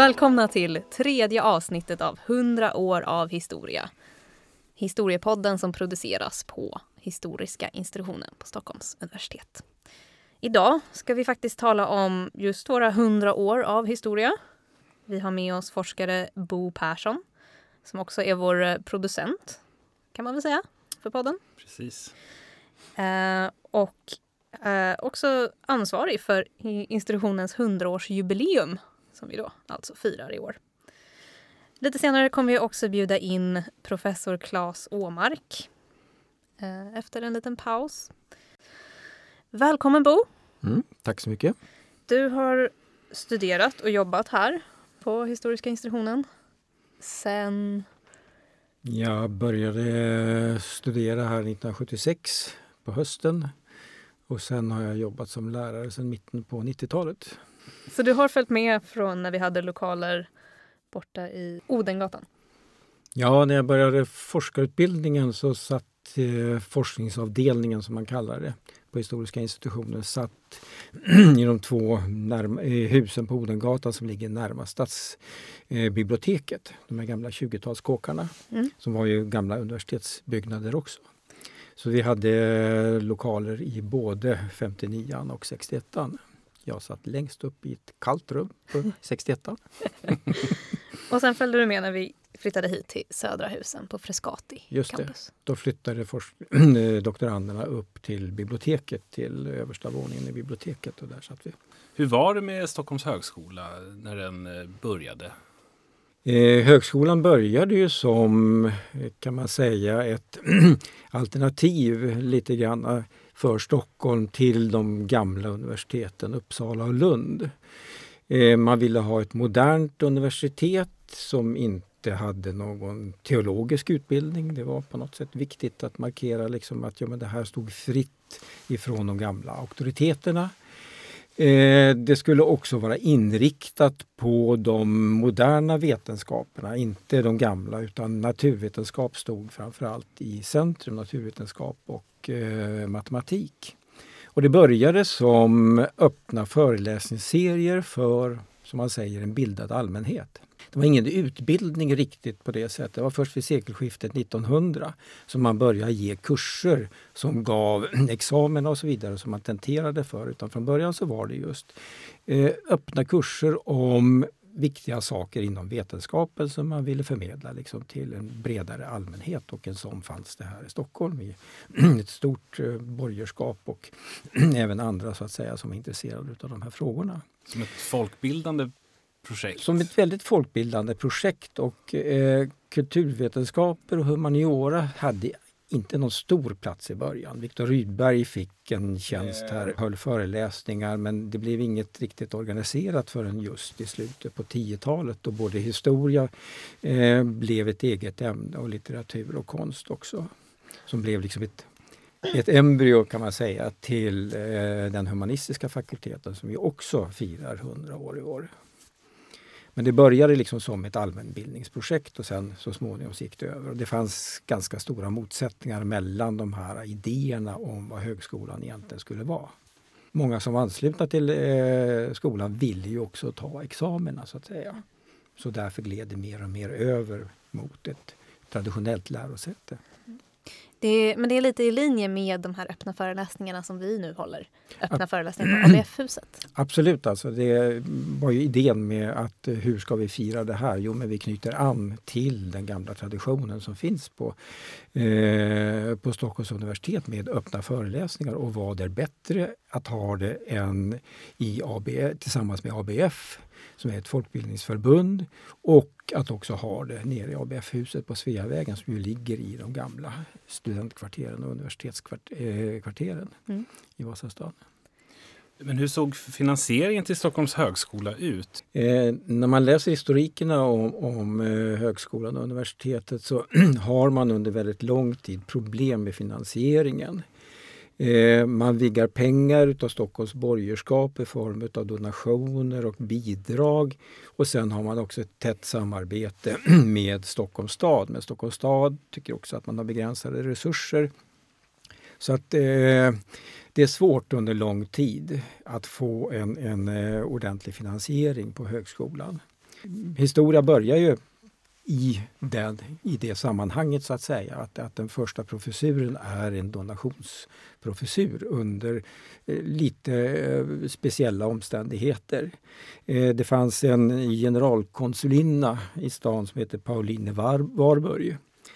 Välkomna till tredje avsnittet av 100 år av historia. Historiepodden som produceras på Historiska institutionen på Stockholms universitet. Idag ska vi faktiskt tala om just våra 100 år av historia. Vi har med oss forskare Bo Persson som också är vår producent, kan man väl säga, för podden. Precis. Och också ansvarig för institutionens 100-årsjubileum som vi då alltså firar i år. Lite senare kommer vi också bjuda in professor Claes Åmark efter en liten paus. Välkommen Bo! Tack så mycket. Du har studerat och jobbat här på Historiska institutionen sen... Jag började studera här 1976 på hösten och sen har jag jobbat som lärare sedan mitten på 90-talet. Så du har följt med från när vi hade lokaler borta i Odengatan? Ja, när jag började forskarutbildningen så satt forskningsavdelningen, som man kallar det, på Historiska institutionen satt i de två husen på Odengatan som ligger närmast stadsbiblioteket. De här gamla 20-talskåkarna som var ju gamla universitetsbyggnader också. Så vi hade lokaler i både 59an och 61an. Jag satt längst upp i ett kallt rum på 61an. Och sen följde du med när vi flyttade hit till Södra husen på Frescati Just campus. Det. Då flyttade doktoranderna upp till biblioteket, till översta våningen i biblioteket, och där satt vi. Hur var det med Stockholms högskola när den började? Högskolan började ju som, kan man säga, ett alternativ lite grann för Stockholm till de gamla universiteten Uppsala och Lund. Man ville ha ett modernt universitet som inte hade någon teologisk utbildning. Det var på något sätt viktigt att markera liksom att men det här stod fritt ifrån de gamla auktoriteterna. Det skulle också vara inriktat på de moderna vetenskaperna, inte de gamla, utan naturvetenskap stod framförallt i centrum, naturvetenskap och matematik. Och det började som öppna föreläsningsserier för, som man säger, en bildad allmänhet. Det var ingen utbildning riktigt på det sättet. Det var först vid sekelskiftet 1900 som man började ge kurser som gav examen och så vidare som man tenterade för. Utan från början så var det just öppna kurser om viktiga saker inom vetenskapen som man ville förmedla liksom till en bredare allmänhet, och en sån fanns det här i Stockholm i ett stort borgerskap och även andra så att säga som är intresserade av de här frågorna. Som ett folkbildande projekt? Som ett väldigt folkbildande projekt, och kulturvetenskaper och humaniora hade inte någon stor plats i början. Viktor Rydberg fick en tjänst här, höll föreläsningar, men det blev inget riktigt organiserat förrän just i slutet på 10-talet, och både historia blev ett eget ämne och litteratur och konst också. Som blev liksom ett embryo, kan man säga, till den humanistiska fakulteten som vi också firar 100 år i år. Men det började liksom som ett allmänbildningsprojekt och sen så småningom gick det över. Och det fanns ganska stora motsättningar mellan de här idéerna om vad högskolan egentligen skulle vara. Många som var anslutna till skolan ville ju också ta examina så att säga. Så därför gled det mer och mer över mot ett traditionellt lärosäte. Men det är lite i linje med de här öppna föreläsningarna som vi nu håller. Öppna föreläsningar på ABF-huset. Absolut, alltså det var ju idén med att hur ska vi fira det här? Jo, men vi knyter an till den gamla traditionen som finns på Stockholms universitet med öppna föreläsningar, och vad är bättre att ha det än tillsammans med ABF som är ett folkbildningsförbund, och att också ha det nere i ABF-huset på Sveavägen som ju ligger i de gamla studentkvarteren och universitetskvarteren i Vasastan. Men hur såg finansieringen till Stockholms högskola ut? När man läser historikerna om högskolan och universitetet så har man under väldigt lång tid problem med finansieringen. Man viggar pengar utav Stockholms borgerskap i form av donationer och bidrag. Och sen har man också ett tätt samarbete med Stockholms stad. Men Stockholms stad tycker också att man har begränsade resurser. Så att det är svårt under lång tid att få en ordentlig finansiering på högskolan. Historia börjar ju i det sammanhanget så att säga, att den första professuren är en donationsprofessur under lite speciella omständigheter. Det fanns en generalkonsulinna i stan som heter Pauline Warburg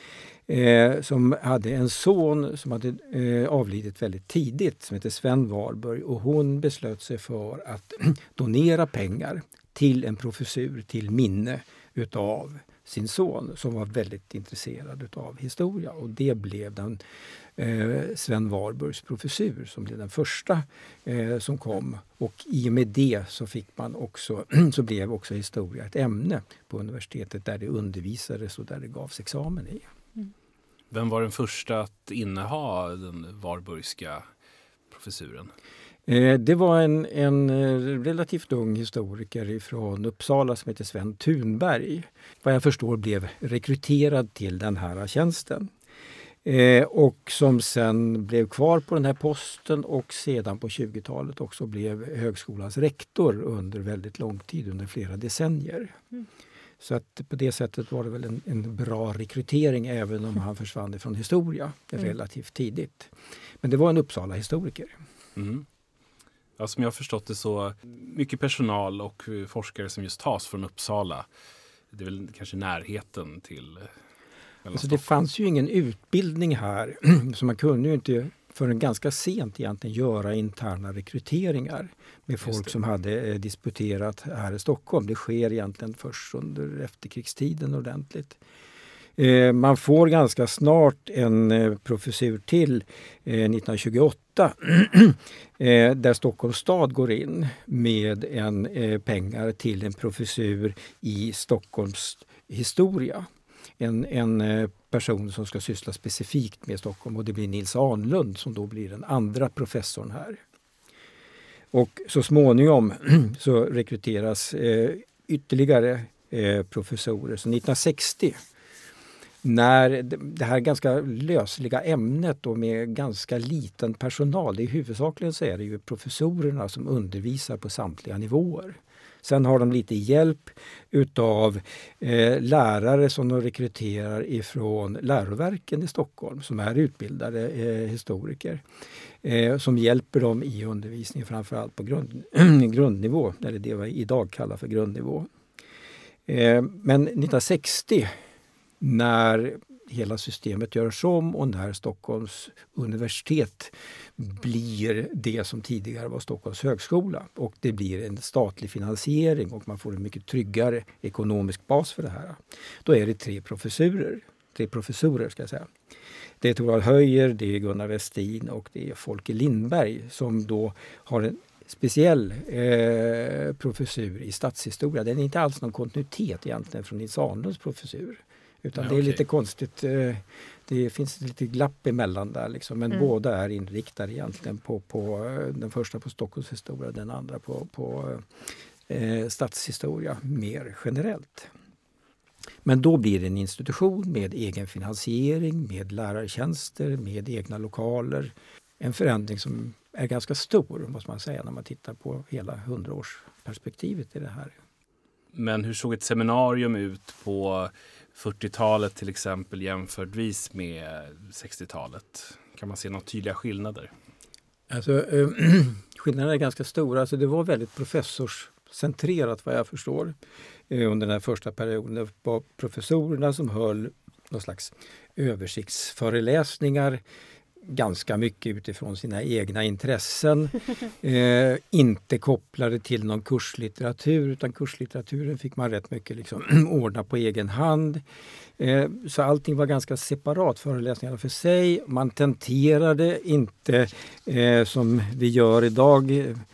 som hade en son som hade avlidit väldigt tidigt som heter Sven Warburg, och hon beslöt sig för att donera pengar till en professur till minne utav sin son som var väldigt intresserad utav historia, och det blev den Sven Warburgs professur som blev den första som kom, och i och med det så fick man också så blev också historia ett ämne på universitetet där det undervisades och där det gavs examen i. Vem var den första att inneha den Warburgska professuren? Det var en relativt ung historiker från Uppsala som heter Sven Thunberg. Vad jag förstår blev rekryterad till den här tjänsten. Och som sen blev kvar på den här posten och sedan på 20-talet också blev högskolans rektor under väldigt lång tid, under flera decennier. Så att på det sättet var det väl en bra rekrytering även om han försvann från historia relativt tidigt. Men det var en Uppsala-historiker. Mm. Ja, som jag har förstått det så mycket personal och forskare som just tas från Uppsala. Det är väl kanske närheten till... Alltså det fanns ju ingen utbildning här så man kunde ju inte förrän ganska sent egentligen göra interna rekryteringar med folk som hade disputerat här i Stockholm. Det sker egentligen först under efterkrigstiden ordentligt. Man får ganska snart en professur till 1928 där Stockholms stad går in med pengar till en professur i Stockholms historia. En person som ska syssla specifikt med Stockholm, och det blir Nils Arnlund som då blir den andra professorn här. Och så småningom så rekryteras ytterligare professorer. Så 1960 när det här ganska lösliga ämnet och med ganska liten personal, det är huvudsakligen så är det ju professorerna som undervisar på samtliga nivåer. Sen har de lite hjälp utav lärare som de rekryterar ifrån läroverken i Stockholm som är utbildade historiker. Som hjälper dem i undervisningen framförallt på grundnivå, eller det vi idag kallar för grundnivå. Men 1960 när hela systemet görs om och när Stockholms universitet blir det som tidigare var Stockholms högskola och det blir en statlig finansiering och man får en mycket tryggare ekonomisk bas för det här. Då är det tre professorer ska jag säga. Det är Thorvald Höjer, det är Gunnar Westin och det är Folke Lindberg som då har en speciell professur i statshistoria. Den är inte alls någon kontinuitet egentligen från Nils Arnlunds professur. Utan det är lite konstigt. Det finns lite glapp emellan där liksom. Men båda är inriktade egentligen på den första på Stockholms historia, den andra på statshistoria mer generellt. Men då blir det en institution med egen finansiering, med lärartjänster, med egna lokaler. En förändring som är ganska stor måste man säga när man tittar på hela 100-årsperspektivet i det här. Men hur såg ett seminarium ut på 40-talet till exempel jämförtvis med 60-talet? Kan man se några tydliga skillnader? Alltså, skillnaderna är ganska stora. Alltså, det var väldigt professorscentrerat vad jag förstår under den här första perioden. Det var professorerna som höll någon slags översiktsföreläsningar ganska mycket utifrån sina egna intressen. Inte kopplade till någon kurslitteratur utan kurslitteraturen fick man rätt mycket liksom ordna på egen hand. Så allting var ganska separat, föreläsningarna för sig. Man tenterade inte som vi gör idag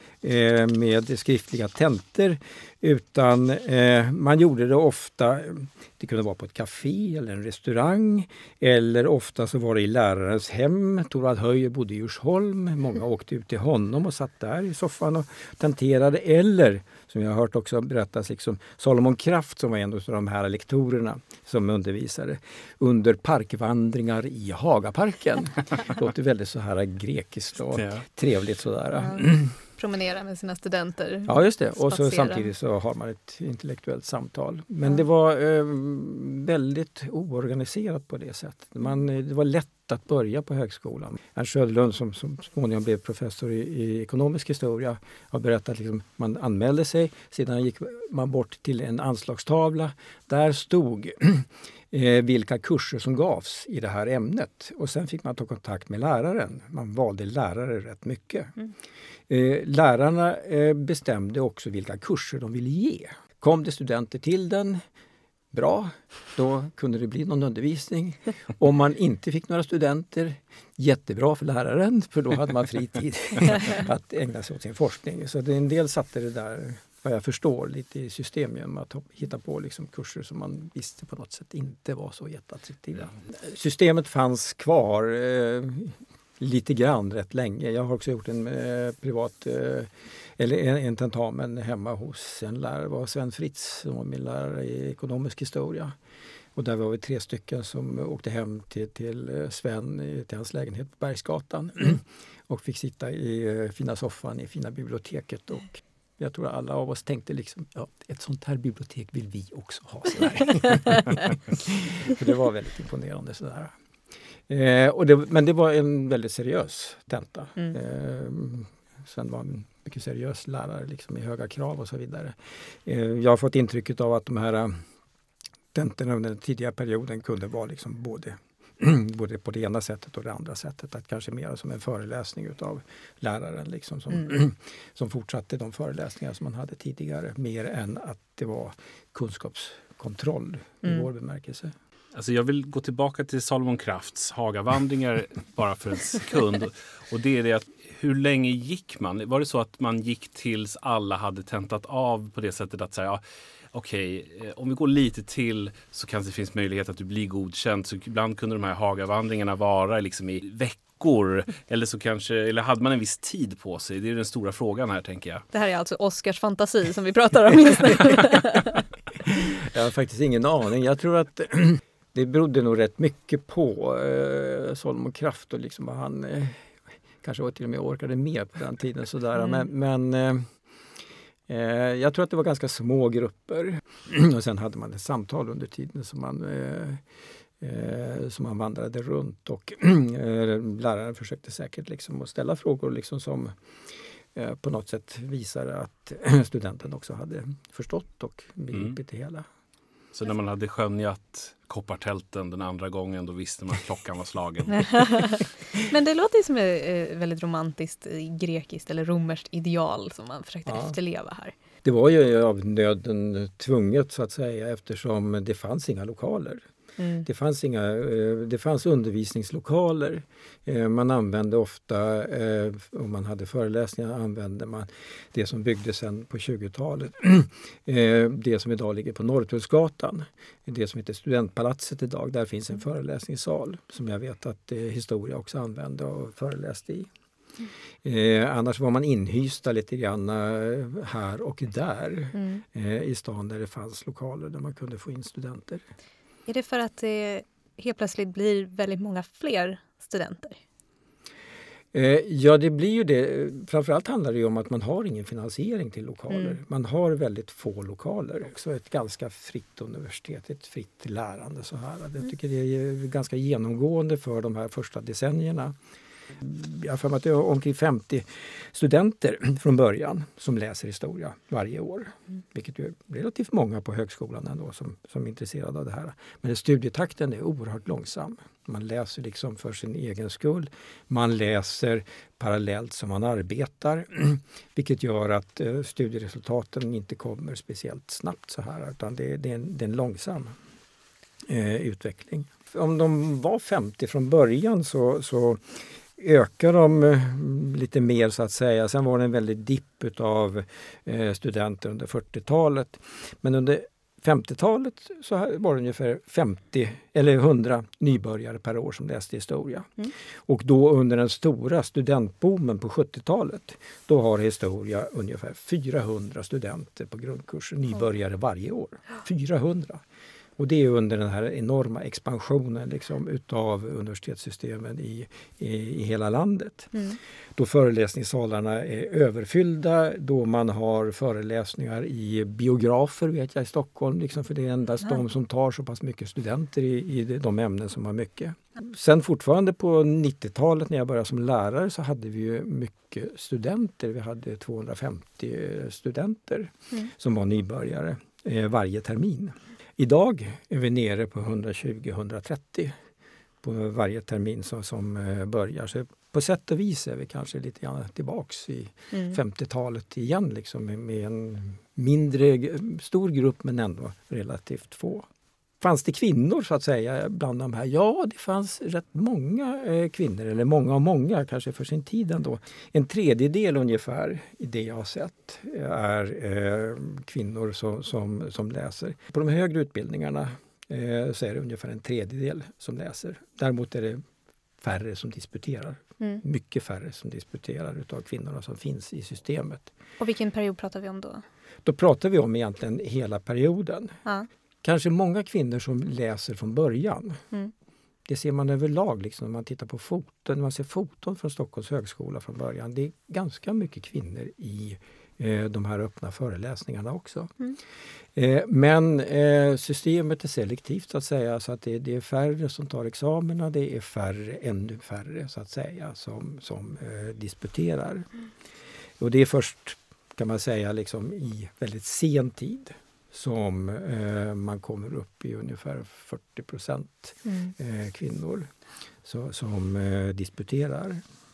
med skriftliga tentor utan man gjorde det ofta, det kunde vara på ett café eller en restaurang eller ofta så var det i lärarens hem. Thorvald Höjer bodde i Djursholm, många åkte ut till honom och satt där i soffan och tenterade eller som jag har hört också berättas liksom Salomon Kraft som var en av de här lektorerna som undervisade under parkvandringar i Hagaparken. Det låter väldigt så här grekiskt och trevligt sådär. promenera med sina studenter. Ja, just det. Och så Spatsera. samtidigt så har man ett intellektuellt samtal. Men det var väldigt oorganiserat på det sättet. Det var lätt att börja på högskolan. Ernst Söderlund som småningom blev professor i ekonomisk historia har berättat att man anmälde sig. Sedan gick man bort till en anslagstavla. Där stod vilka kurser som gavs i det här ämnet. Och sen fick man ta kontakt med läraren. Man valde lärare rätt mycket. Lärarna bestämde också vilka kurser de ville ge. Kom det studenter till den, bra, då kunde det bli någon undervisning. Om man inte fick några studenter, jättebra för läraren, för då hade man fri tid att ägna sig åt sin forskning. Så en del satte det där, vad jag förstår, lite i system genom att hitta på kurser som man visste på något sätt inte var så jätteattraktiva. Systemet fanns kvar lite grann rätt länge. Jag har också gjort en privat en tentamen hemma hos en lärare, var Sven Fritz, som var min lärare i ekonomisk historia. Och där var vi 3 stycken som åkte hem till Sven, till hans lägenhet på Bergsgatan och fick sitta i fina soffan i fina biblioteket. Och jag tror alla av oss tänkte ett sånt här bibliotek vill vi också ha. För det var väldigt imponerande sådär. Men det var en väldigt seriös tenta. Sen var en mycket seriös lärare med höga krav och så vidare. Jag har fått intrycket av att de här tentorna under den tidiga perioden kunde vara både på det ena sättet och det andra sättet. Att kanske mer som en föreläsning utav läraren som fortsatte de föreläsningar som man hade tidigare. Mer än att det var kunskapskontroll i vår bemärkelse. Alltså jag vill gå tillbaka till Salomon Krafts Hagavandringar bara för en sekund. Och det är det att hur länge gick man? Var det så att man gick tills alla hade tentat av på det sättet att säga okej, om vi går lite till så kanske det finns möjlighet att du blir godkänd. Så ibland kunde de här Hagavandringarna vara i veckor eller hade man en viss tid på sig? Det är den stora frågan här, tänker jag. Det här är alltså Oscars fantasi som vi pratar om just nu. Jag har faktiskt ingen aning. Jag tror att det berodde nog rätt mycket på Salomon Kraft och vad han kanske var till och med orkade med på den tiden. Sådär. Men jag tror att det var ganska små grupper. Och sen hade man ett samtal under tiden som man vandrade runt. Och läraren försökte säkert att ställa frågor som på något sätt visade att studenten också hade förstått och begripit det hela. Så när man hade skönjat koppartälten den andra gången, då visste man att klockan var slagen. Men det låter ju som ett väldigt romantiskt grekiskt eller romerskt ideal som man försökte efterleva här. Det var ju av nöden tvunget så att säga, eftersom det fanns inga lokaler. Det fanns undervisningslokaler. Man använde ofta, om man hade föreläsningar, använde man det som byggdes sen på 20-talet. Det som idag ligger på Norrtullsgatan. Det som heter Studentpalatset idag. Där finns en föreläsningssal som jag vet att historia också använde och föreläste i. Annars var man inhysta lite grann här och där i stan där det fanns lokaler där man kunde få in studenter. Är det för att det helt plötsligt blir väldigt många fler studenter? Ja, det blir ju det. Framförallt handlar det ju om att man har ingen finansiering till lokaler. Man har väldigt få lokaler. Också ett ganska fritt universitet, ett fritt lärande. Så här. Jag tycker det är ganska genomgående för de här första decennierna. Jag har för mig att det är omkring 50 studenter från början som läser historia varje år. Vilket är relativt många på högskolan ändå som är intresserade av det här. Men studietakten är oerhört långsam. Man läser för sin egen skull. Man läser parallellt som man arbetar. Vilket gör att studieresultaten inte kommer speciellt snabbt så här. Utan det är en långsam utveckling. Om de var 50 från början så ökar de lite mer så att säga. Sen var det en väldigt dipp av studenter under 40-talet. Men under 50-talet så var det ungefär 50 eller 100 nybörjare per år som läste historia. Och då under den stora studentboomen på 70-talet, då har historia ungefär 400 studenter på grundkursen, nybörjare varje år. 400! Och det är under den här enorma expansionen liksom, utav universitetssystemen i hela landet. Då föreläsningssalarna är överfyllda, då man har föreläsningar i biografer vet jag i Stockholm, liksom, för det är endast de som tar så pass mycket studenter i de ämnen som har mycket. Sen fortfarande på 90-talet när jag började som lärare så hade vi ju mycket studenter. Vi hade 250 studenter som var nybörjare varje termin. Idag är vi nere på 120-130 på varje termin som börjar. Så på sätt och vis är vi kanske lite grann tillbaks i 50-talet igen liksom, med en stor grupp men ändå relativt få. Fanns det kvinnor så att säga bland de här? Ja, det fanns rätt många kvinnor, eller många kanske för sin tid ändå. En tredjedel ungefär i det jag har sett är kvinnor som läser. På de högre utbildningarna så är det ungefär en tredjedel som läser. Däremot är det färre som disputerar. Mycket färre som disputerar utav kvinnorna som finns i systemet. Och vilken period pratar vi om då? Då pratar vi om egentligen hela perioden. Ja. Kanske många kvinnor som läser från början. Det ser man överlag liksom, när man tittar på foton. När man ser foton från Stockholms högskola från början. Det är ganska mycket kvinnor i de här öppna föreläsningarna också. Men systemet är selektivt så att säga. Så att det är färre som tar examina. Det är ännu färre så att säga som disputerar. Och det är först kan man säga liksom, i väldigt sen tid som man kommer upp i ungefär 40% kvinnor som disputerar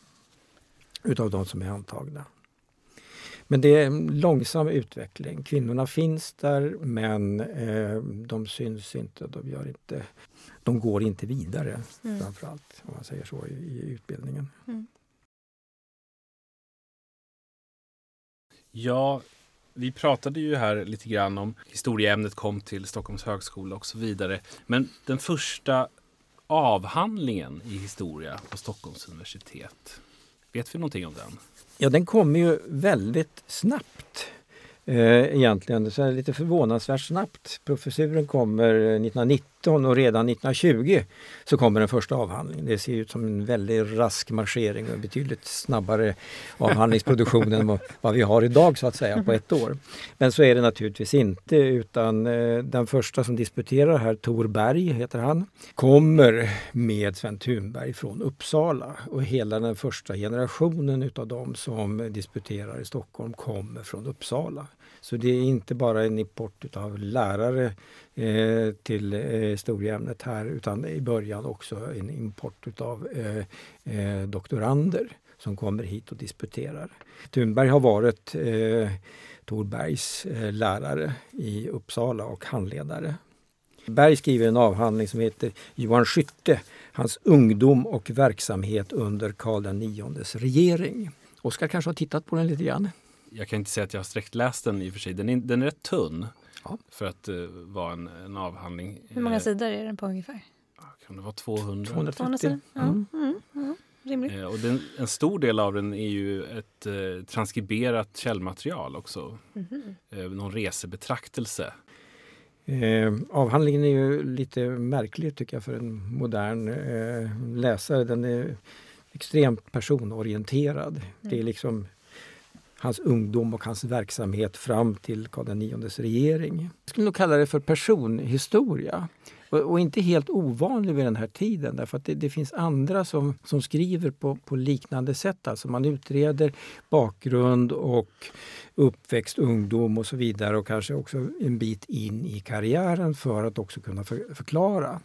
utav de som är antagna. Men det är en långsam utveckling. Kvinnorna finns där men de syns inte, de går inte vidare framförallt om man säger så i utbildningen. Ja, vi pratade ju här lite grann om historieämnet kom till Stockholms högskola och så vidare. Men den första avhandlingen i historia på Stockholms universitet, vet vi någonting om den? Ja, den kommer ju väldigt snabbt egentligen. Så är det lite förvånansvärt snabbt. Professuren kommer 1919 och redan 1920 så kommer den första avhandlingen. Det ser ut som en väldigt rask marschering och betydligt snabbare avhandlingsproduktion än vad vi har idag så att säga på ett år. Men så är det naturligtvis inte utan den första som disputerar här, Tor Berg heter han, kommer med Sven Thunberg från Uppsala och hela den första generationen utav dem som disputerar i Stockholm kommer från Uppsala. Så det är inte bara en import av lärare till historieämnet här utan i början också en import av doktorander som kommer hit och disputerar. Thunberg har varit Tor Bergs lärare i Uppsala och handledare. Berg skriver en avhandling som heter Johan Skytte, hans ungdom och verksamhet under Karl IX:s regering. Oskar kanske har tittat på den lite grann. Jag kan inte säga att jag har sträckt läst den i och för sig. Den är rätt tunn för att vara en avhandling. Hur många sidor är den på ungefär? Kan det vara 200? 230. Rimligt. Och en stor del av den är ju ett transkriberat källmaterial också. Någon resebetraktelse. Avhandlingen är ju lite märklig tycker jag för en modern läsare. Den är extremt personorienterad. Det är liksom hans ungdom och hans verksamhet fram till Karl IX:s regering. Jag skulle nog kalla det för personhistoria. Och inte helt ovanlig vid den här tiden därför att det finns andra som skriver på liknande sätt. Alltså man utreder bakgrund och uppväxt, ungdom och så vidare och kanske också en bit in i karriären för att också kunna förklara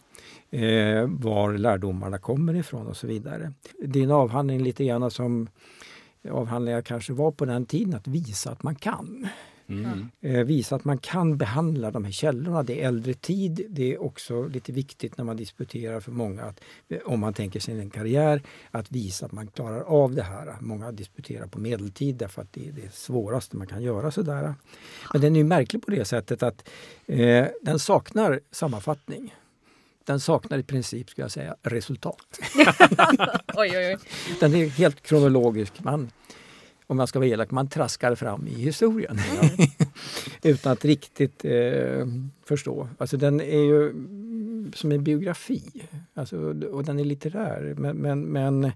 var lärdomarna kommer ifrån och så vidare. Det är en avhandling lite grann som avhandlingar kanske var på den tiden att visa att man kan. Visa att man kan behandla de här källorna. Det är äldre tid. Det är också lite viktigt när man disputerar för många att om man tänker sig en karriär att visa att man klarar av det här. Många disputerar på medeltid därför att det är det svåraste man kan göra sådär. Men den är ju märklig på det sättet att den saknar sammanfattning. Den saknar i princip, ska jag säga, resultat. Oj. Den är helt kronologisk. Om jag ska vara elak, man traskar fram i historien. utan att riktigt förstå. Alltså den är ju som en biografi, alltså, och den är litterär, men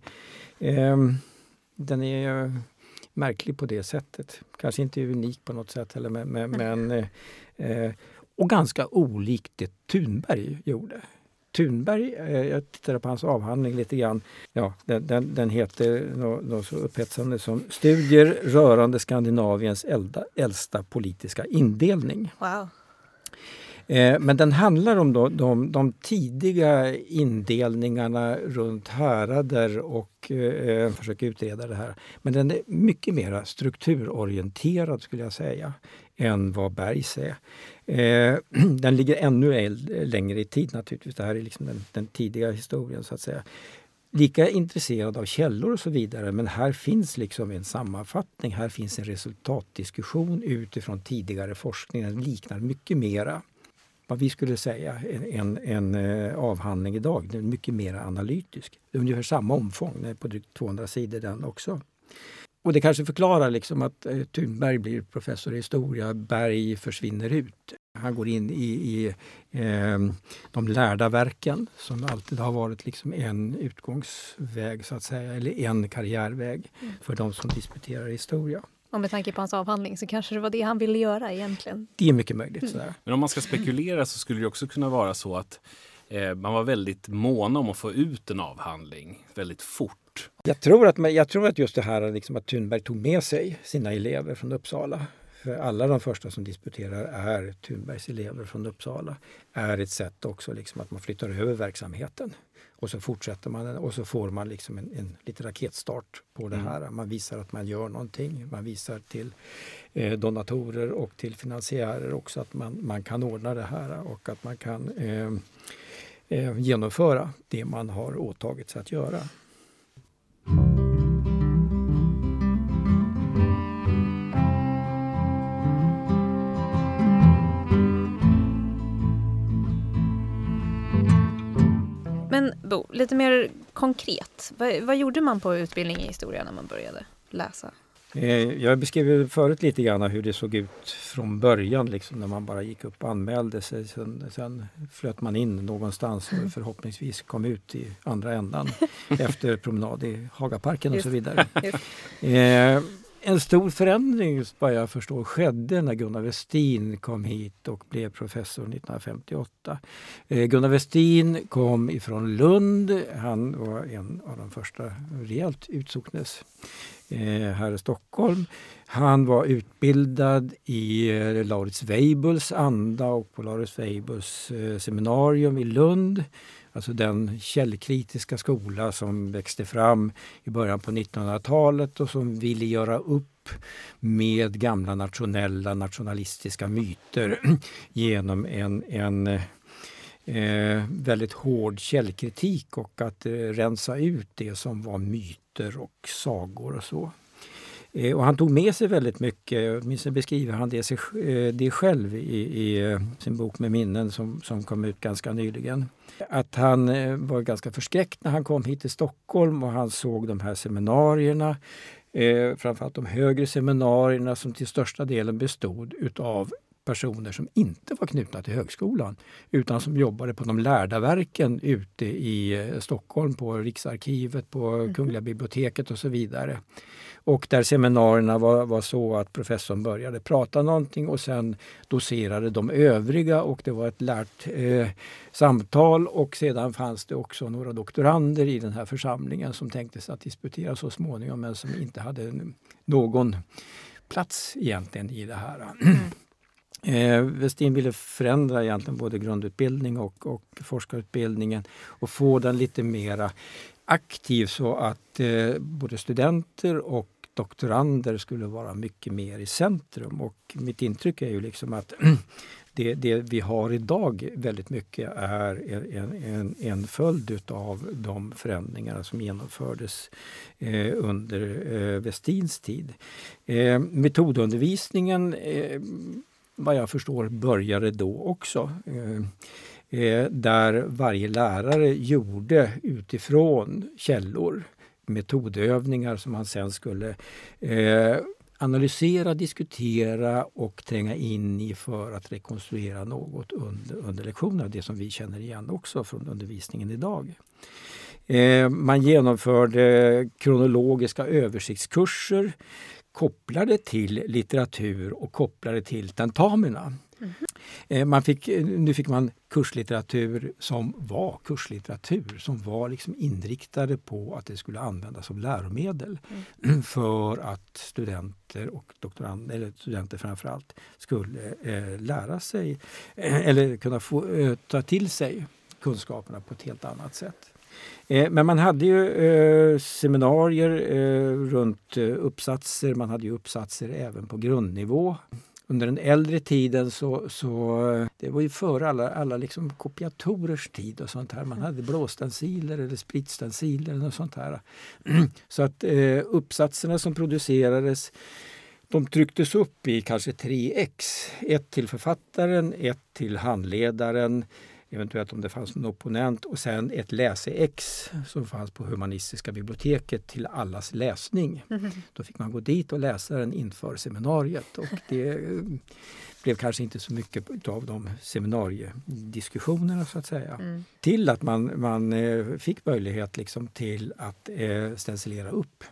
den är märklig på det sättet. Kanske inte unik på något sätt heller, men och ganska olikt det Thunberg gjorde. Thunberg, jag tittade på hans avhandling lite grann. Ja, den heter något så upphetsande som Studier rörande Skandinaviens äldsta politiska indelning. Wow. Men den handlar om de tidiga indelningarna runt härader och försöker utreda det här. Men den är mycket mer strukturorienterad skulle jag säga än vad Bergs är. Den ligger ännu längre i tid naturligtvis. Det här är liksom den tidiga historien så att säga. Lika intresserad av källor och så vidare, men här finns liksom en sammanfattning, här finns en resultatdiskussion utifrån tidigare forskning. Den liknar mycket mera vad vi skulle säga en avhandling idag. Den är mycket mer analytisk. Det är ungefär samma omfång, den är på drygt 200 sidor den också. Och det kanske förklarar liksom att Thunberg blir professor i historia, Berg försvinner ut. Han går in i de lärda verken som alltid har varit liksom en utgångsväg så att säga, eller en karriärväg för de som disputerar historia. Och med tanke på hans avhandling så kanske det var det han ville göra egentligen. Det är mycket möjligt. Sådär. Men om man ska spekulera så skulle det också kunna vara så att man var väldigt mån om att få ut en avhandling väldigt fort. Jag tror att just det här liksom att Thunberg tog med sig sina elever från Uppsala. För alla de första som disputerar är Thunbergs elever från Uppsala. Är ett sätt också liksom att man flyttar över verksamheten. Och så fortsätter man och så får man liksom en liten raketstart på det här. Man visar att man gör någonting. Man visar till donatorer och till finansiärer också att man kan ordna det här och att man kan genomföra det man har åtagit sig att göra. Men Bo, lite mer konkret. Vad gjorde man på utbildning i historia när man började läsa? Jag beskrev förut lite grann hur det såg ut från början liksom, när man bara gick upp och anmälde sig. Sen flöt man in någonstans och förhoppningsvis kom ut i andra ändan efter promenad i Hagaparken och så vidare. En stor förändring, vad jag förstår, skedde när Gunnar Westin kom hit och blev professor 1958. Gunnar Westin kom ifrån Lund. Han var en av de första rejält utsocknes här i Stockholm. Han var utbildad i Lauritz Weibuls anda och på Lauritz Weibuls seminarium i Lund. Alltså den källkritiska skola som växte fram i början på 1900-talet och som ville göra upp med gamla nationalistiska myter genom en väldigt hård källkritik och att rensa ut det som var myter och sagor och så. Och han tog med sig väldigt mycket, åtminstone beskriver han det själv i sin bok Med minnen som kom ut ganska nyligen. Att han var ganska förskräckt när han kom hit till Stockholm och han såg de här seminarierna, framförallt de högre seminarierna som till största delen bestod utav personer som inte var knutna till högskolan utan som jobbade på de lärda verken ute i Stockholm på Riksarkivet, på Kungliga biblioteket och så vidare. Och där seminarierna var så att professorn började prata någonting och sen doserade de övriga och det var ett lärt samtal och sedan fanns det också några doktorander i den här församlingen som tänkte sig att disputera så småningom men som inte hade någon plats egentligen i det här. Westin ville förändra egentligen både grundutbildning och forskarutbildningen och få den lite mera aktiv så att både studenter och doktorander skulle vara mycket mer i centrum. Och mitt intryck är ju liksom att det vi har idag väldigt mycket är en följd av de förändringar som genomfördes under Westins tid. Metodundervisningen vad jag förstår började då också. Där varje lärare gjorde utifrån källor metodövningar som man sen skulle analysera, diskutera och tränga in i för att rekonstruera något under lektionerna. Det som vi känner igen också från undervisningen idag. Man genomförde kronologiska översiktskurser kopplade till litteratur och kopplade till tentamina. Nu fick man kurslitteratur som var kurslitteratur, som var liksom inriktade på att det skulle användas som läromedel för att studenter och doktorander, eller studenter framförallt, skulle lära sig eller kunna få ta till sig kunskaperna på ett helt annat sätt. Men man hade ju seminarier runt uppsatser, man hade ju uppsatser även på grundnivå. Under den äldre tiden så det var ju före alla liksom kopiatorers tid och sånt här. Man hade blåstensiler eller spritstensiler och sånt här. Så att uppsatserna som producerades, de trycktes upp i kanske 3x. Ett till författaren, ett till handledaren, eventuellt om det fanns någon opponent, och sen ett läse-ex som fanns på Humanistiska biblioteket till allas läsning. Då fick man gå dit och läsa den inför seminariet, och det blev kanske inte så mycket av de seminariediskussionerna så att säga. Till att man fick möjlighet liksom till att stencilera upp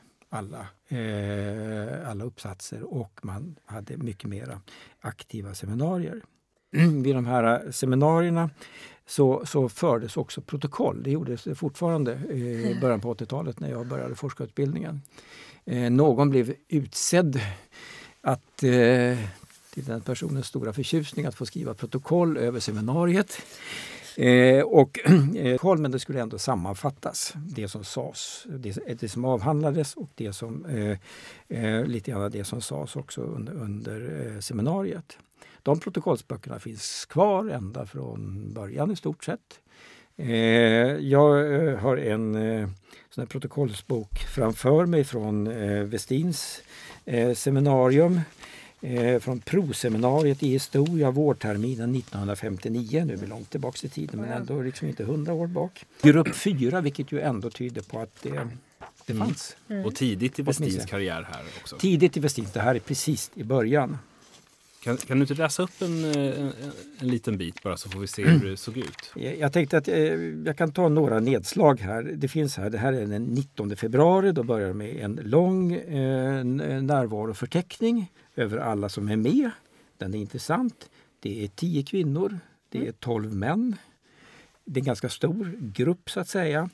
alla uppsatser, och man hade mycket mera aktiva seminarier. Vid de här seminarierna så fördes också protokoll. Det gjordes fortfarande i början på 80-talet när jag började forskarutbildningen. Någon blev utsedd att till den personens stora förtjusning att få skriva protokoll över seminariet. Men det skulle ändå sammanfattas, det som sades, det som avhandlades och det som lite grann det som sades också under seminariet. De protokollsböckerna finns kvar ända från början i stort sett. Jag har en sån här protokollsbok framför mig från Westins seminarium. Från proseminariet i historia vårterminen 1959. Nu är vi långt tillbaka i tiden, men ändå liksom inte 100 år bak. Grupp 4, vilket ju ändå tyder på att det fanns. Och tidigt i Westins karriär här också. Tidigt i Westins, det här är precis i början. Kan du inte läsa upp en liten bit bara, så får vi se hur det såg ut? Jag tänkte att jag kan ta några nedslag här. Det finns här, det här är den 19 februari, då börjar det med en lång närvaroförteckning över alla som är med. Den är intressant. Det är 10 kvinnor, det är 12 män. Det är en ganska stor grupp så att säga.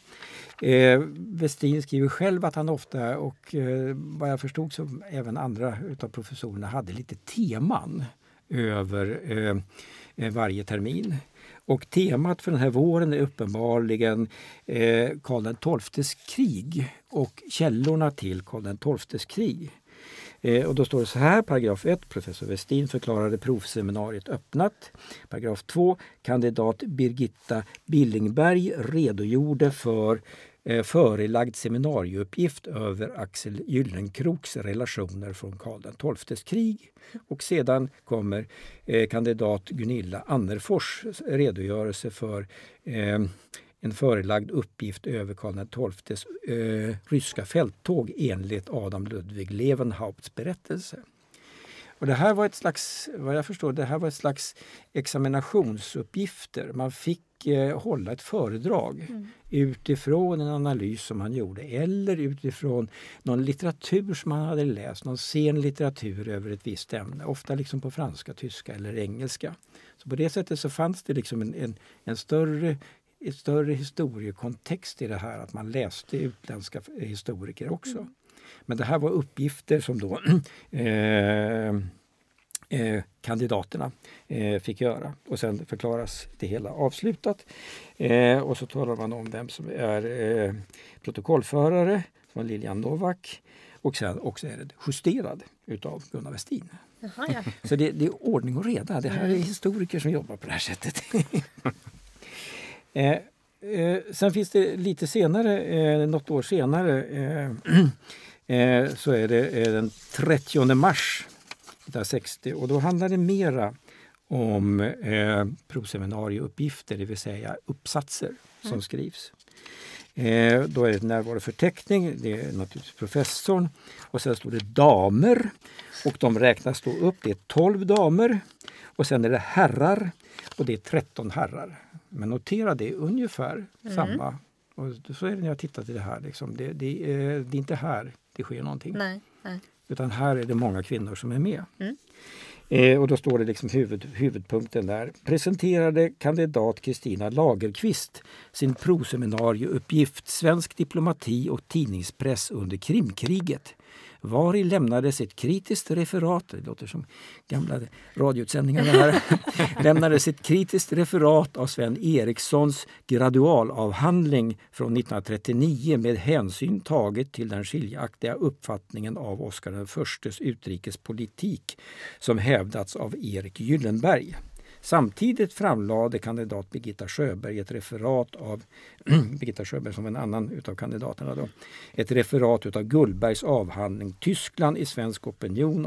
Westin skriver själv att han ofta, och vad jag förstod så även andra utav professorerna, hade lite teman över varje termin. Och temat för den här våren är uppenbarligen Karl XII:s krig och källorna till Karl XII:s krig. Och då står det så här, paragraf 1, professor Westin förklarade provseminariet öppnat. Paragraf 2, kandidat Birgitta Billingberg redogjorde för förelagd seminarieuppgift över Axel Gyllenkroks relationer från Karl XII:s krig. Och sedan kommer kandidat Gunilla Annerfors redogörelse för en förelagd uppgift över Karl XII:s ryska fälttåg enligt Adam Ludwig Levenhaupts berättelse. Och det här var ett slags, vad jag förstår, det här var ett slags examinationsuppgifter. Man fick hålla ett föredrag utifrån en analys som han gjorde, eller utifrån någon litteratur som han hade läst, någon sen litteratur över ett visst ämne, ofta liksom på franska, tyska eller engelska. Så på det sättet så fanns det liksom en större historiekontext i det här, att man läste utländska historiker också. Men det här var uppgifter som då kandidaterna fick göra. Och sen förklaras det hela avslutat. Och så talar man om vem som är protokollförare, från Lilian Novak. Och sen också är det justerad utav Gunnar Westin. Jaha, ja. Så det är ordning och reda. Det här är historiker som jobbar på det här sättet. Sen finns det lite senare, något år senare, så är det den 30 mars 1960, och då handlar det mera om provseminarieuppgifter, det vill säga uppsatser som skrivs. Då är det närvaroförteckning, det är naturligtvis professorn och sen står det damer och de räknas då upp, det är 12 damer och sen är det herrar och det är 13 herrar. Men notera det är ungefär samma. Och så är det när jag tittar till det här. Liksom. Det är inte här det sker någonting. Nej. Utan här är det många kvinnor som är med. Och då står det liksom huvudpunkten där. Presenterade kandidat Kristina Lagerqvist sin proseminarieuppgift Svensk diplomati och tidningspress under Krimkriget. Var i lämnades ett kritiskt referat, det låter som gamla radioutsändningar här, lämnades ett kritiskt referat av Sven Erikssons gradualavhandling från 1939 med hänsyn taget till den skiljaktiga uppfattningen av Oscar I:s utrikespolitik som hävdats av Erik Gyllenberg. Samtidigt framlade kandidat Birgitta Sjöberg ett referat av Birgitta Sjöberg som en annan utav kandidaterna då. Ett referat utav Gullbergs avhandling Tyskland i svensk opinion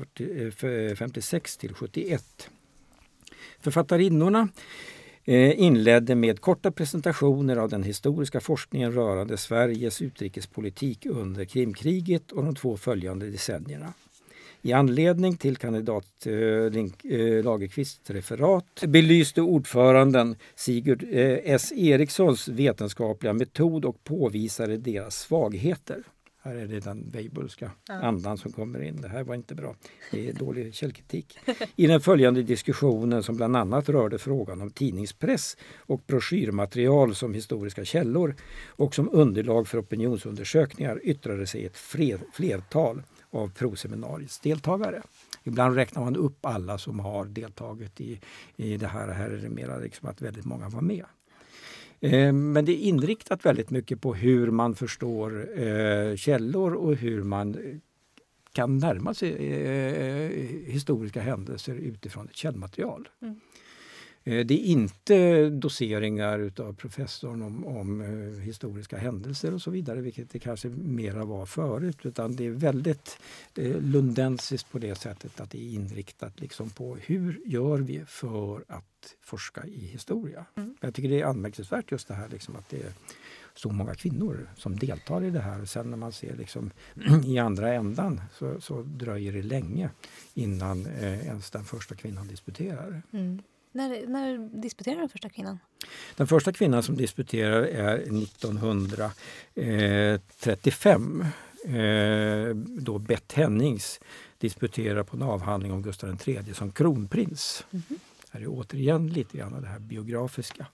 1856 till 71. Författarinnorna inledde med korta presentationer av den historiska forskningen rörande Sveriges utrikespolitik under Krimkriget och de 2 följande decennierna. I anledning till kandidat Lagerqvists referat belyste ordföranden Sigurd S. Erikssons vetenskapliga metod och påvisade deras svagheter. Här är det den Weibullska andan som kommer in. Det här var inte bra. Det är dålig källkritik. I den följande diskussionen som bland annat rörde frågan om tidningspress och broschyrmaterial som historiska källor och som underlag för opinionsundersökningar yttrade sig ett flertal av proseminariets deltagare. Ibland räknar man upp alla som har deltagit i det här. Här är det mer liksom att väldigt många var med. Men det är inriktat väldigt mycket på hur man förstår källor och hur man kan närma sig historiska händelser utifrån ett källmaterial. Det är inte doseringar utav professorn om historiska händelser och så vidare, vilket det kanske mera var förut, utan det är väldigt lundensiskt på det sättet att det är inriktat liksom på hur gör vi för att forska i historia. Jag tycker det är anmärkningsvärt just det här liksom att det är så många kvinnor som deltar i det här. Och sen när man ser liksom i andra ändan så dröjer det länge innan ens den första kvinnan disputerar. När disputerar den första kvinnan? Den första kvinnan som disputerar är 1935. Då Beth Hennings disputerar på en avhandling om Gustav III som kronprins. Här är återigen lite grann av det här biografiska.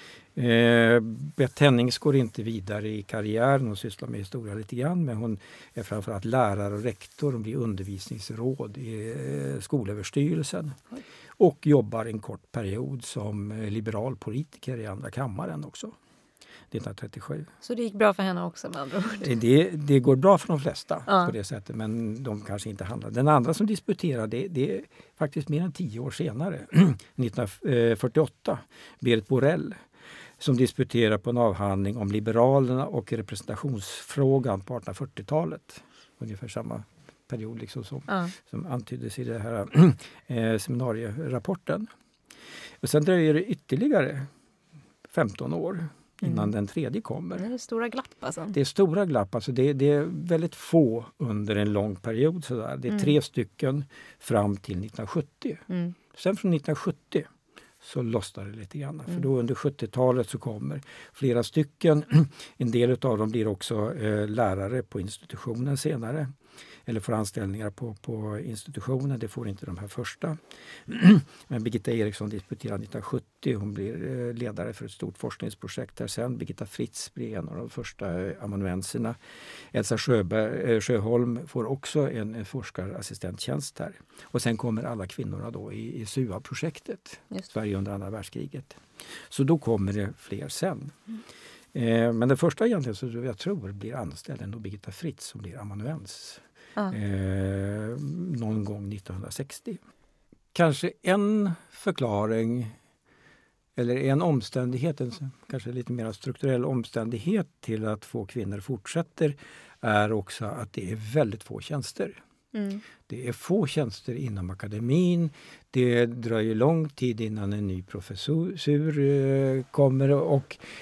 Beth Hennings går inte vidare i karriären och sysslar med historia lite grann, men hon är framförallt lärare och rektor och blir undervisningsråd i skolöverstyrelsen. Och jobbar en kort period som liberal politiker i andra kammaren också. 1937. Så det gick bra för henne också med andra ord? Det går bra för de flesta på det sättet, men de kanske inte handlar. Den andra som disputerade, det är faktiskt mer än 10 år senare, 1948, Berit Borrell, som disputerar på en avhandling om liberalerna och representationsfrågan på 1840-talet. Ungefär samma period liksom som antyddes i den här seminarierapporten. Och sen dröjer det ytterligare 15 år innan den tredje kommer. Det är stora glapp alltså. Det är stora glapp. Alltså det är väldigt få under en lång period. Sådär. Det är 3 stycken fram till 1970. Sen från 1970 så lossnar det lite grann. För då under 70-talet så kommer flera stycken. En del av dem blir också lärare på institutionen senare. Eller får anställningar på institutionen. Det får inte de här första. Men Birgitta Eriksson disputerar 1970. Hon blir ledare för ett stort forskningsprojekt här sen. Birgitta Fritz blir en av de första amanuenserna. Elsa Sjöholm får också en forskarassistenttjänst här. Och sen kommer alla kvinnorna då i SUA-projektet. Sverige under andra världskriget. Så då kommer det fler sen. Men den första egentligen så jag tror blir anställd ändå Birgitta Fritz som blir amanuens. Någon gång 1960. Kanske en förklaring eller en omständighet, en kanske lite mer strukturell omständighet till att få kvinnor fortsätter är också att det är väldigt få tjänster. Det är få tjänster inom akademin. Det dröjer lång tid innan en ny professur kommer och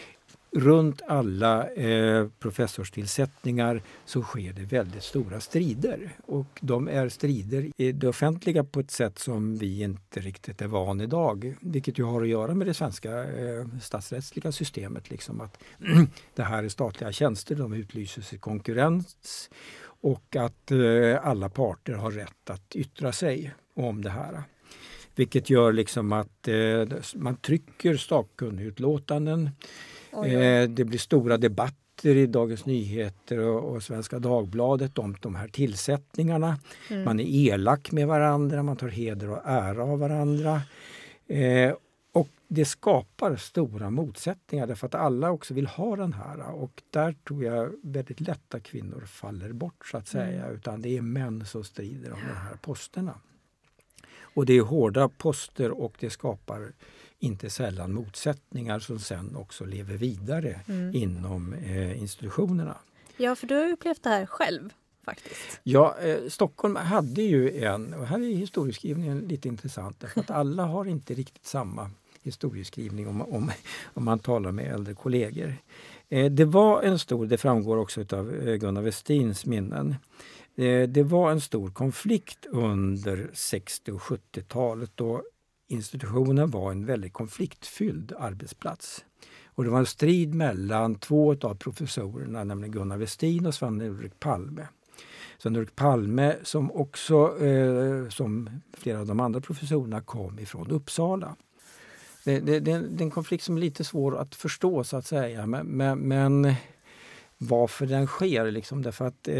runt alla professorstillsättningar så sker det väldigt stora strider. Och de är strider i det offentliga på ett sätt som vi inte riktigt är van idag. Vilket ju har att göra med det svenska statsrättsliga systemet. Liksom att det här är statliga tjänster, de utlyses i konkurrens. Och att alla parter har rätt att yttra sig om det här. Vilket gör liksom att man trycker sakkunnigutlåtanden. Det blir stora debatter i Dagens Nyheter och Svenska Dagbladet om de här tillsättningarna. Man är elak med varandra, man tar heder och ära av varandra. Och det skapar stora motsättningar därför att alla också vill ha den här. Och där tror jag väldigt lätt att kvinnor faller bort så att säga. Utan det är män som strider om de här posterna. Och det är hårda poster och det skapar inte sällan motsättningar som sen också lever vidare inom institutionerna. Ja, för du har upplevt det här själv faktiskt. Ja, Stockholm hade ju och här är historieskrivningen lite intressant därför att alla har inte riktigt samma historieskrivning om man talar med äldre kollegor. Det var det framgår också av Gunnar Westins minnen. Det var en stor konflikt under 60- och 70-talet då institutionen var en väldigt konfliktfylld arbetsplats. Och det var en strid mellan två av professorerna, nämligen Gunnar Westin och Sven-Ulrik Palme. Sven-Ulrik Palme som också, som flera av de andra professorerna, kom ifrån Uppsala. Det är en konflikt som är lite svår att förstå så att säga, men varför den sker liksom, därför att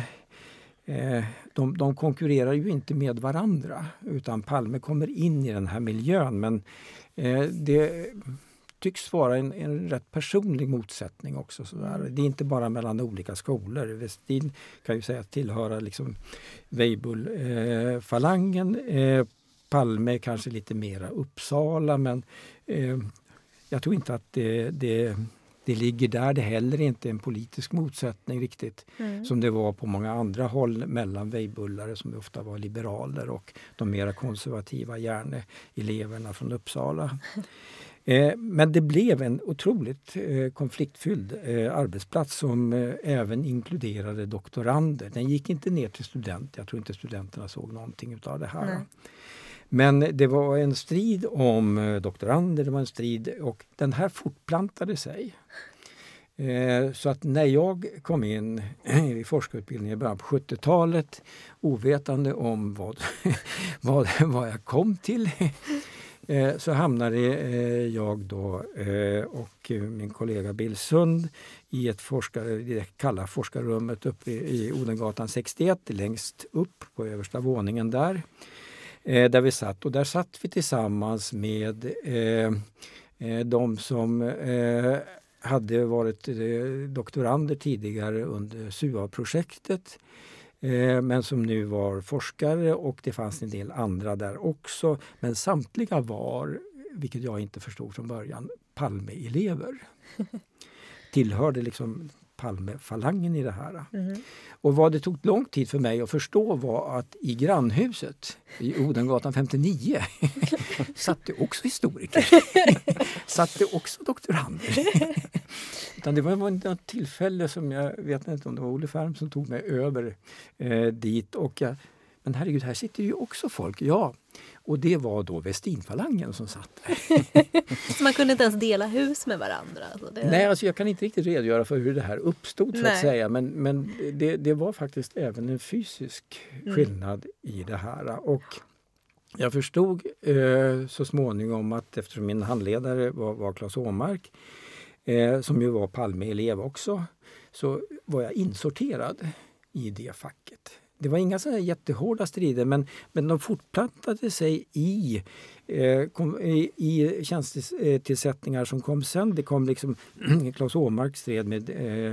de konkurrerar ju inte med varandra utan Palme kommer in i den här miljön men det tycks vara en rätt personlig motsättning också. Sådär. Det är inte bara mellan olika skolor. Westin kan ju säga tillhöra liksom Weibull-falangen. Palme kanske lite mera Uppsala men jag tror inte att det ligger där. Det heller inte en politisk motsättning riktigt som det var på många andra håll mellan Weibullare som ofta var liberaler och de mera konservativa eleverna från Uppsala. Men det blev en otroligt konfliktfylld arbetsplats som även inkluderade doktorander. Den gick inte ner till studenter. Jag tror inte studenterna såg någonting av det här. Nej. Men det var en strid om doktorander, det var en strid och den här fortplantade sig. Så att när jag kom in i forskarutbildningen i början på 70-talet ovetande om vad jag kom till så hamnade jag då och min kollega Bill Sund i det kalla forskarrummet uppe i Odengatan 61 längst upp på översta våningen där. Där vi satt och där satt vi tillsammans med de som hade varit doktorander tidigare under SUA-projektet men som nu var forskare och det fanns en del andra där också. Men samtliga var, vilket jag inte förstod från början, Palme-elever. Tillhörde liksom Palme-falangen i det här. Och vad det tog lång tid för mig att förstå var att i grannhuset i Odengatan 59 satt det också historiker. Satt det också doktorander. Utan det var ett tillfälle som jag vet inte om det var Olle Färm som tog mig över dit och men herregud, här sitter ju också folk. Ja, och det var då Westinfalangen som satt där. Så man kunde inte ens dela hus med varandra? Alltså Nej, alltså jag kan inte riktigt redogöra för hur det här uppstod så att säga. Men det var faktiskt även en fysisk skillnad i det här. Och jag förstod så småningom att eftersom min handledare var Claes Åmark, som ju var Palme-elev också, så var jag insorterad i det facket. Det var inga sådana jättehårda strider men de fortplantade sig i tjänstetillsättningar som kom sen. Det kom liksom Claes Åmark stred med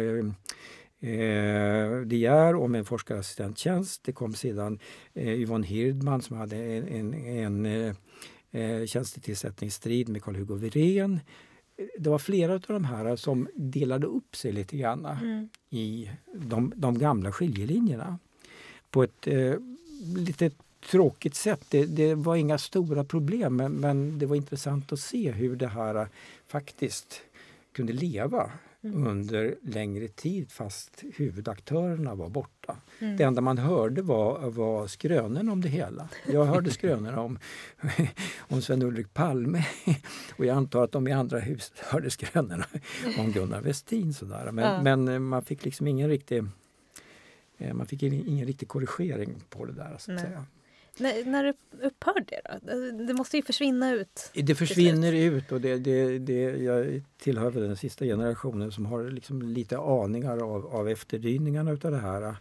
De Geer om en forskarassistenttjänst. Det kom sedan Yvonne Hirdman som hade en tjänstetillsättningsstrid med Carl-Hugo Wirén. Det var flera av de här som delade upp sig lite grann i de gamla skiljelinjerna. På ett lite tråkigt sätt. Det var inga stora problem men det var intressant att se hur det här faktiskt kunde leva under längre tid fast huvudaktörerna var borta. Det enda man hörde var skrönen om det hela. Jag hörde skrönorna om Sven-Ulrik Palme och jag antar att de i andra hus hörde skrönorna om Gunnar Westin. Sådär. Men man fick liksom ingen riktig korrigering på det där, så att säga. När upphör det då? Det måste ju försvinna ut. Det försvinner ut och jag tillhör den sista generationen som har liksom lite aningar av efterdyningarna utav det här.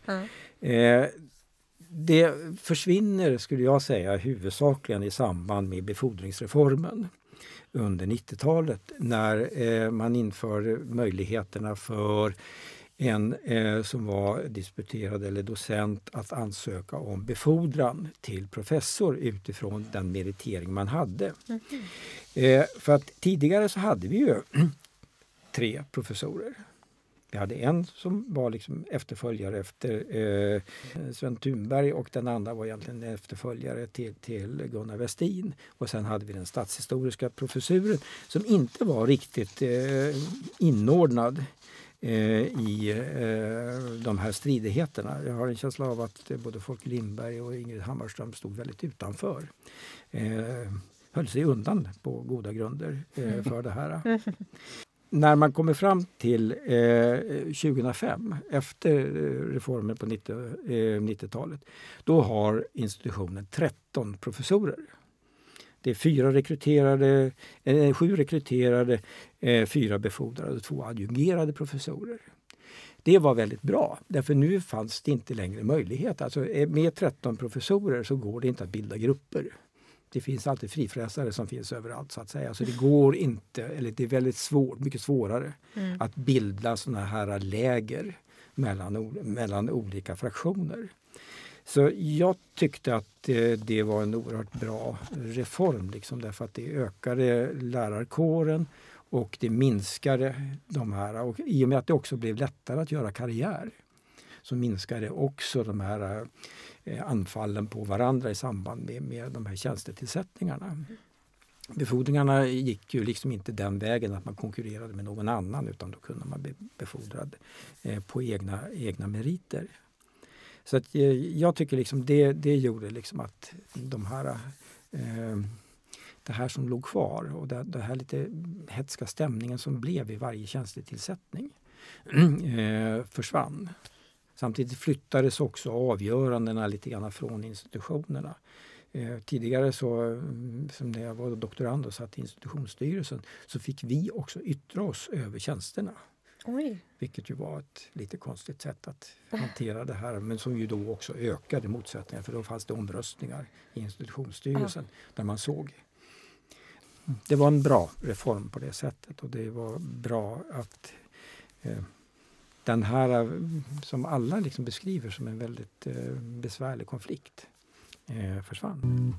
Det försvinner, skulle jag säga, huvudsakligen i samband med befordringsreformen under 90-talet när man inför möjligheterna för en som var disputerad eller docent att ansöka om befordran till professor utifrån den meritering man hade. För att tidigare så hade vi ju 3 professorer. Vi hade en som var liksom efterföljare efter Sven Thunberg och den andra var egentligen efterföljare till Gunnar Westin. Och sen hade vi den statshistoriska professuren som inte var riktigt inordnad i de här stridigheterna. Jag har en känsla av att både Folke Lindberg och Ingrid Hammarström stod väldigt utanför. Höll sig undan på goda grunder för det här. När man kommer fram till 2005, efter reformen på 90-talet, då har institutionen 13 professorer. Det är 7 rekryterade, 4 befordrade och 2 adjungerade professorer. Det var väldigt bra, därför nu fanns det inte längre möjlighet. Alltså med 13 professorer så går det inte att bilda grupper. Det finns alltid frifräsare som finns överallt, så att säga. Så det går inte, eller det är väldigt svårt, mycket svårare att bilda sådana här läger mellan olika fraktioner. Så jag tyckte att det var en oerhört bra reform, liksom, därför att det ökade lärarkåren och det minskade de här, och i och med att det också blev lättare att göra karriär så minskade också de här anfallen på varandra i samband med de här tjänstetillsättningarna. Befordringarna gick ju liksom inte den vägen att man konkurrerade med någon annan, utan då kunde man bli befordrad på egna meriter. Så att jag tycker liksom det gjorde liksom att det här som låg kvar och det här lite hetska stämningen som blev i varje tjänstetillsättning försvann. Samtidigt flyttades också avgörandena lite grann från institutionerna. Tidigare så, som när jag var doktorand och satt i institutionsstyrelsen, så fick vi också yttra oss över tjänsterna. Oj. Vilket ju var ett lite konstigt sätt att hantera det här, men som ju då också ökade motsättningar, för då fanns det omröstningar i institutionsstyrelsen där man såg. Det var en bra reform på det sättet, och det var bra att den här, som alla liksom beskriver som en väldigt besvärlig konflikt, försvann.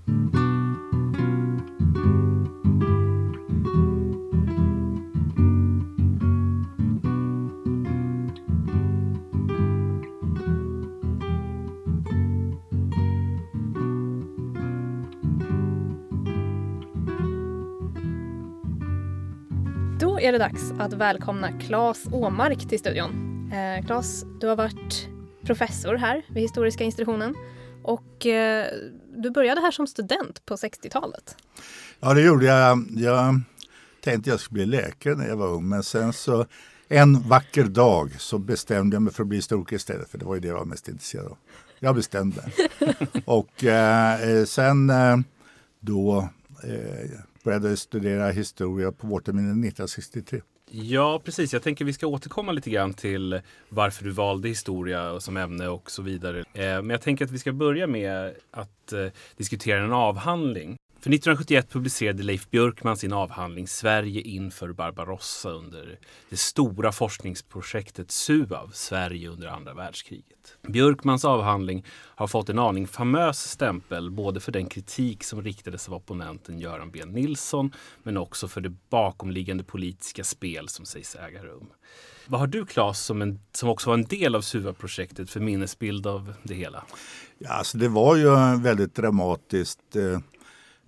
Då är det dags att välkomna Claes Åmark till studion. Claes, du har varit professor här vid Historiska institutionen och du började här som student på 60-talet. Ja, det gjorde jag. Jag tänkte jag skulle bli läkare när jag var ung, men sen så en vacker dag så bestämde jag mig för att bli historiker istället, för det var ju det jag var mest intresserad av. Jag bestämde. Och sen då började jag studera historia på vårterminen 1963. Ja, precis. Jag tänker vi ska återkomma lite grann till varför du valde historia som ämne och så vidare. Men jag tänker att vi ska börja med att diskutera en avhandling. För 1971 publicerade Leif Björkman sin avhandling Sverige inför Barbarossa under det stora forskningsprojektet SUAV, Sverige under andra världskriget. Björkmans avhandling har fått en aning famös stämpel både för den kritik som riktades av opponenten Göran B. Nilsson, men också för det bakomliggande politiska spel som sägs äga rum. Vad har du, Claes, som också var en del av SUAV-projektet, för minnesbild av det hela? Ja, alltså det var ju väldigt dramatiskt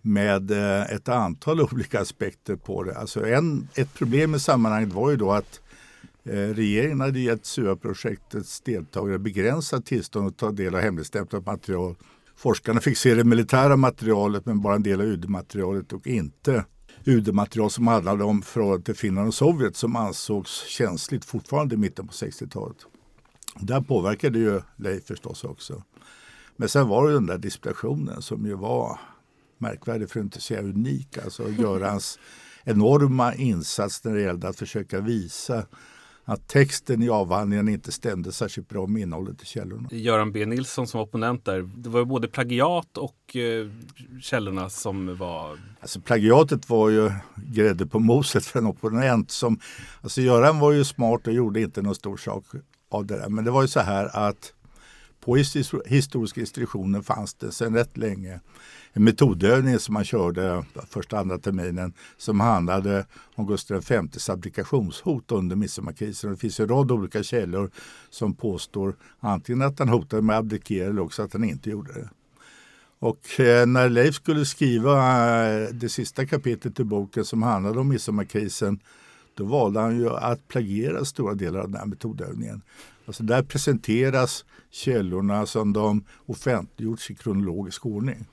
med ett antal olika aspekter på det. Alltså ett problem i sammanhanget var ju då att regeringen hade gett SUA-projektets deltagare begränsat tillstånd att ta del av hemligstämplat material. Forskarna fick se det militära materialet men bara en del av UD-materialet och inte UD-material som handlade om förhållandet till Finland och Sovjet som ansågs känsligt fortfarande i mitten på 60-talet. Där påverkade ju Leif förstås också. Men sen var det den där disputationen som ju var märkvärdig för att inte säga unik. Alltså Görans enorma insats när det gällde att försöka visa att texten i avhandlingen inte stämde särskilt bra med innehållet i källorna. Göran B. Nilsson som var opponent där, det var ju både plagiat och källorna som var... Alltså plagiatet var ju grädde på moset för en opponent som... Alltså Göran var ju smart och gjorde inte någon stor sak av det där. Men det var ju så här att på historiska institutionen fanns det sedan rätt länge en metodövning som man körde första andra terminen som handlade om Gustav V:s abdikationshot under midsommarkrisen. Det finns en rad olika källor som påstår antingen att han hotade med att abdikera eller också att han inte gjorde det. Och när Leif skulle skriva det sista kapitlet i boken som handlade om midsommarkrisen, då valde han ju att plagiera stora delar av den här metodövningen. Alltså där presenteras källorna som de offentliggjorts i kronologisk ordning.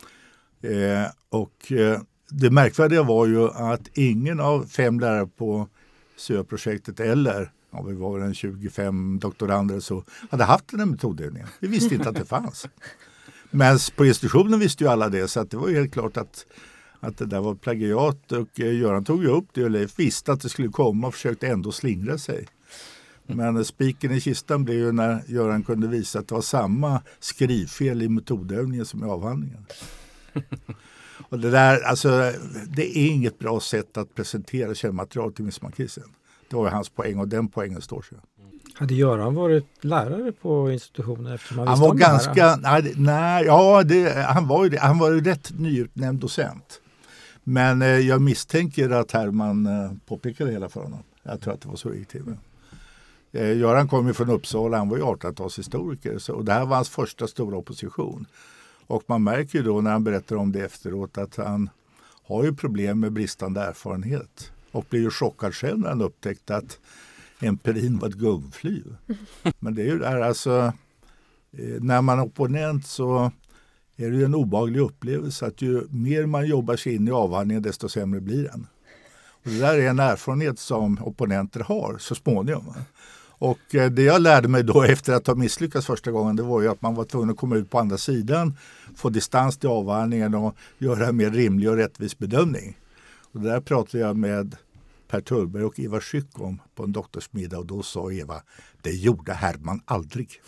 Det märkvärdiga var ju att ingen av 5 lärare på SUA-projektet eller om vi var en 25 doktorander så hade haft den här metodövningen. Vi visste inte att det fanns. Men på institutionen visste ju alla det så att det var ju helt klart att det där var plagiat och Göran tog ju upp det och Leif visste att det skulle komma och försökte ändå slingra sig. Men spiken i kistan blev ju när Göran kunde visa att det var samma skrivfel i metodövningen som i avhandlingen. Och det där, alltså det är inget bra sätt att presentera källmaterial till midsommarkrisen. Det var ju hans poäng och den poängen står sig. Hade Göran varit lärare på institutionen eftersom han var ganska, han var ju det. Han var ju rätt nyutnämnd docent. Men jag misstänker att Herman påpekade hela för honom. Jag tror att det var så det gick till. Göran kom ju från Uppsala, han var ju 1800-talshistoriker och det här var hans första stora opposition. Och man märker ju då när han berättar om det efteråt att han har ju problem med bristande erfarenhet. Och blir ju chockad själv när han upptäckte att empirin var ett gungfly. Men det är ju där alltså, när man är opponent så är det ju en obehaglig upplevelse att ju mer man jobbar sig in i avhandlingen desto sämre blir den. Och det där är en erfarenhet som opponenter har så småningom. Och det jag lärde mig då efter att ha misslyckats första gången det var ju att man var tvungen att komma ut på andra sidan, få distans till avhandlingen och göra en mer rimlig och rättvis bedömning. Och där pratade jag med Per Tullberg och Eva Skyck om på en doktorsmiddag och då sa Eva, det gjorde Herman aldrig.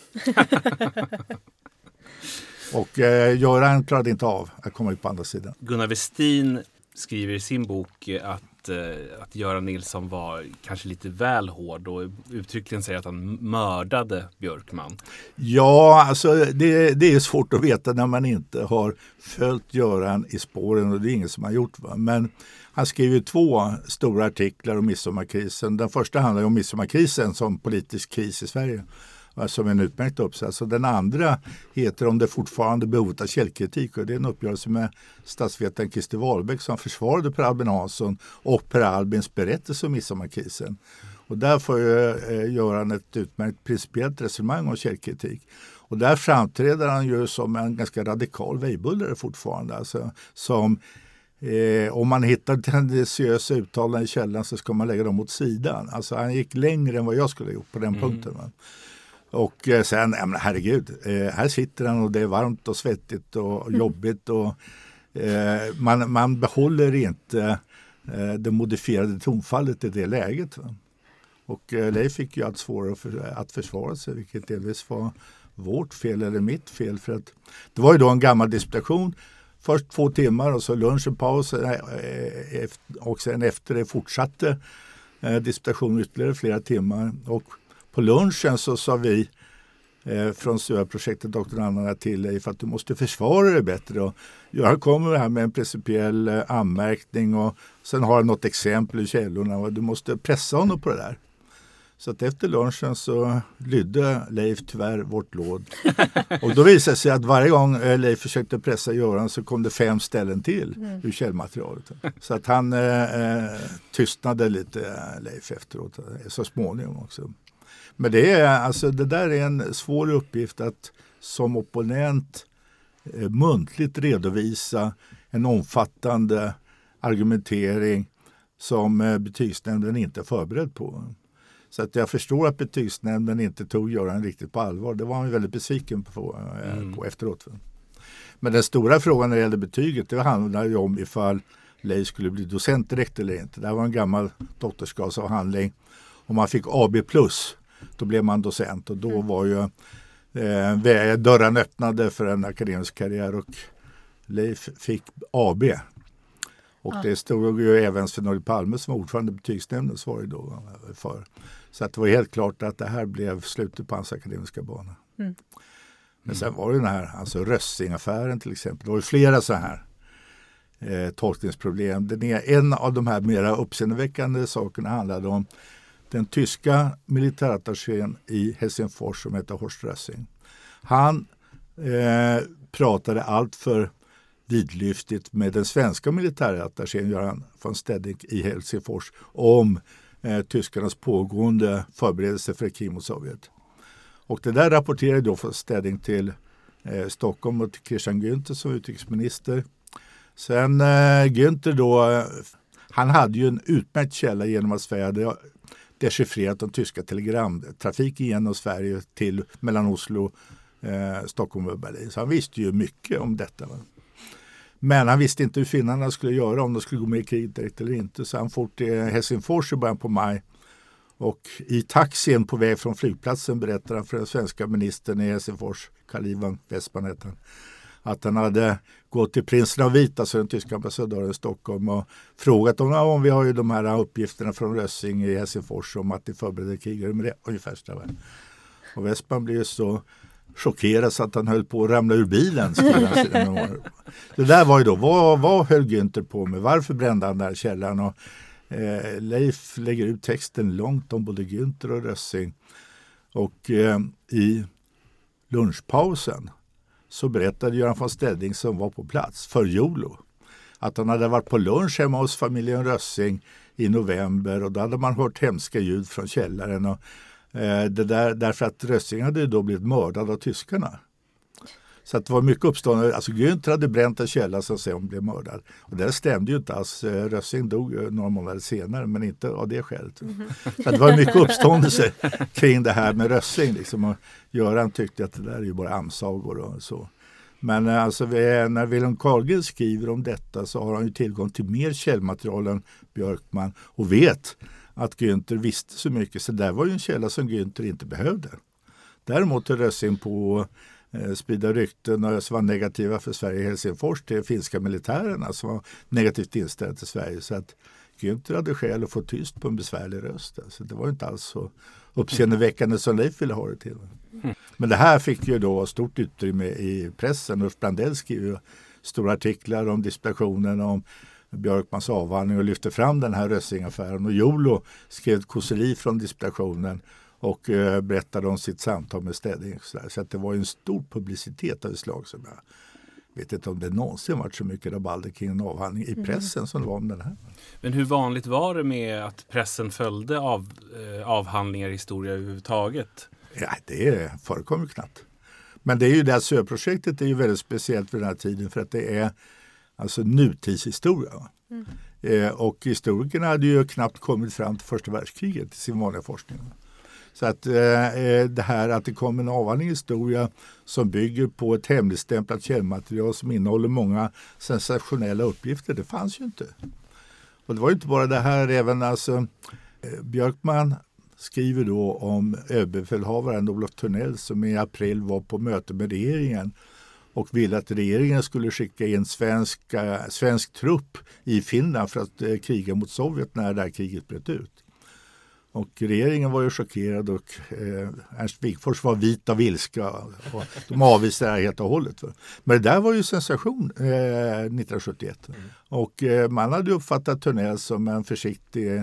Och Göran klarade inte av att komma ut på andra sidan. Gunnar Westin skriver i sin bok att Göran Nilsson var kanske lite väl hård och uttryckligen säger att han mördade Björkman. Ja, alltså det är svårt att veta när man inte har följt Göran i spåren och det är ingen som har gjort. Va? Men han skrev ju 2 stora artiklar om midsommarkrisen. Den första handlar om midsommarkrisen som politisk kris i Sverige. Som en utmärkt uppsats. Och den andra heter om det fortfarande behovet av källkritik. Och det är en uppgörelse med statsvetaren Christer Wahlbeck som försvarade Per Albin Hansson och Per Albins berättelse om midsommarkrisen. Och där får Göran ett utmärkt principiellt resonemang om källkritik. Och där framträder han ju som en ganska radikal vejbullare fortfarande. Alltså, som om man hittar tendentiösa uttalanden i källan så ska man lägga dem åt sidan. Alltså han gick längre än vad jag skulle ha gjort på den punkten. Va? Och sen, herregud, här sitter han och det är varmt och svettigt och jobbigt och man behåller inte det modifierade tonfallet i det läget. Va? Och Leif fick ju allt svårare att försvara sig, vilket delvis var vårt fel eller mitt fel. För att det var ju då en gammal disputation, först 2 timmar och så lunch och paus och sen efter det fortsatte disputationen ytterligare flera timmar. Och på lunchen så sa vi från SUA-projektet doktoranderna till Leif att du måste försvara dig bättre. Och jag kommer här med en principiell anmärkning och sen har jag något exempel i källorna och du måste pressa honom på det där. Så att efter lunchen så lydde Leif tyvärr vårt råd. Och då visade det sig att varje gång Leif försökte pressa Göran så kom det 5 ställen till ur källmaterialet. Så att han tystnade lite, Leif, efteråt, så småningom också. Men det där är en svår uppgift att som opponent muntligt redovisa en omfattande argumentering som betygsnämnden inte är förberedd på. Så att jag förstår att betygsnämnden inte tog Göran riktigt på allvar. Det var han väldigt besviken på efteråt. Men den stora frågan när det gällde betyget, det handlade ju om ifall Leif skulle bli docent direkt eller inte. Det här var en gammal doktorsgradsavhandling. Om man fick AB+, då blev man docent. Och då var ju dörren öppnade för en akademisk karriär och Leif fick AB. Och det stod ju även Sven-Olof Palme som ordförande i betygsnämnden svarade då för. Så att det var helt klart att det här blev slutet på hans akademiska bana. Men sen var det den här, Rössing-affären till exempel. Det var ju flera så här tolkningsproblem. En av de här mera uppseendeväckande sakerna handlade om den tyska militärattachén i Helsingfors som heter Horst Rössing. Han pratade allt för vidlyftigt med den svenska militärattachén Göran von Steding i Helsingfors om tyskarnas pågående förberedelse för ett krig mot Sovjet. Och det där rapporterade då von Steding till Stockholm och till Christian Günther som utrikesminister. Sen Günther då, han hade ju en utmärkt källa genom att Sverige hade dechiffrerat de tyska telegramtrafik genom Sverige till mellan Oslo, Stockholm och Berlin. Så han visste ju mycket om detta. Va? Men han visste inte hur finnarna skulle göra, om de skulle gå med i kriget direkt eller inte. Så han får till Helsingfors i början på maj. Och i taxin på väg från flygplatsen berättar han för den svenska ministern i Helsingfors, Carl-Ivan Westman heter han, att han hade gått till prinsen av Vita, alltså den tyska ambassadören i Stockholm, och frågat om vi har ju de här uppgifterna från Rössing i Helsingfors om att de förbereder krig med det ungefär. Och Westman blev så chockerad så att han höll på att ramla ur bilen. Det där var ju då, vad höll Günther på med? Varför brände han där källan? Och Leif lägger ut texten långt om både Günther och Rössing. Och i lunchpausen så berättade Göran von Steding som var på plats för Jolo att han hade varit på lunch hemma hos familjen Rössing i november och då hade man hört hemska ljud från källaren och det där, därför att Rössing hade då blivit mördad av tyskarna. Så att det var mycket uppstående. Alltså Günther hade bränt en källa som sen blev mördad. Och det stämde ju inte alls. Rössing dog några månader senare men inte av det skälet. Så det var mycket uppståndelse kring det här med Rössing. Liksom. Och Göran tyckte att det där är ju bara amsagor och så. Men alltså när Wilhelm Carlgren skriver om detta så har han ju tillgång till mer källmaterial än Björkman och vet att Günther visste så mycket. Så där var ju en källa som Günther inte behövde. Däremot är Rössing på sprida rykten som var negativa för Sverige i Helsingfors till finska militärerna som var negativt inställda till Sverige. Så att Günther hade skäl att få tyst på en besvärlig röst. Så det var inte alls så uppseendeväckande som Leif ville ha det till. Men det här fick ju då stort utrymme i pressen. Ulf Brandell skrev ju stora artiklar om disputationen om Björkmans avhandling och lyfte fram den här Rössing-affären. Och Jolo skrev ett kåseri från disputationen och berättade om sitt samtal med Steding. Så att det var en stor publicitet av ett slag som jag vet inte om det någonsin varit så mycket rabalder kring en avhandling i pressen som det var om den här. Men hur vanligt var det med att pressen följde avhandlingar i historia överhuvudtaget? Ja, det förekommer knappt. Men det är ju det här SÖ-projektet är ju väldigt speciellt för den här tiden för att det är alltså nutidshistoria. Och historikerna hade ju knappt kommit fram till första världskriget i sin vanliga forskning. Så att det här att det kom en avhandling historia som bygger på ett hemligstämplat källmaterial som innehåller många sensationella uppgifter, det fanns ju inte. Och det var ju inte bara det här, även alltså Björkman skriver då om överbefälhavaren Olof Thörnell som i april var på möte med regeringen och ville att regeringen skulle skicka in svensk trupp i Finland för att kriga mot Sovjet när det här kriget bröt ut. Och regeringen var ju chockerad och Ernst Wigforss var vit av ilska och de avvisade det här helt och hållet. Men det där var ju sensation 1971. Och man hade uppfattat Thörnell som en försiktig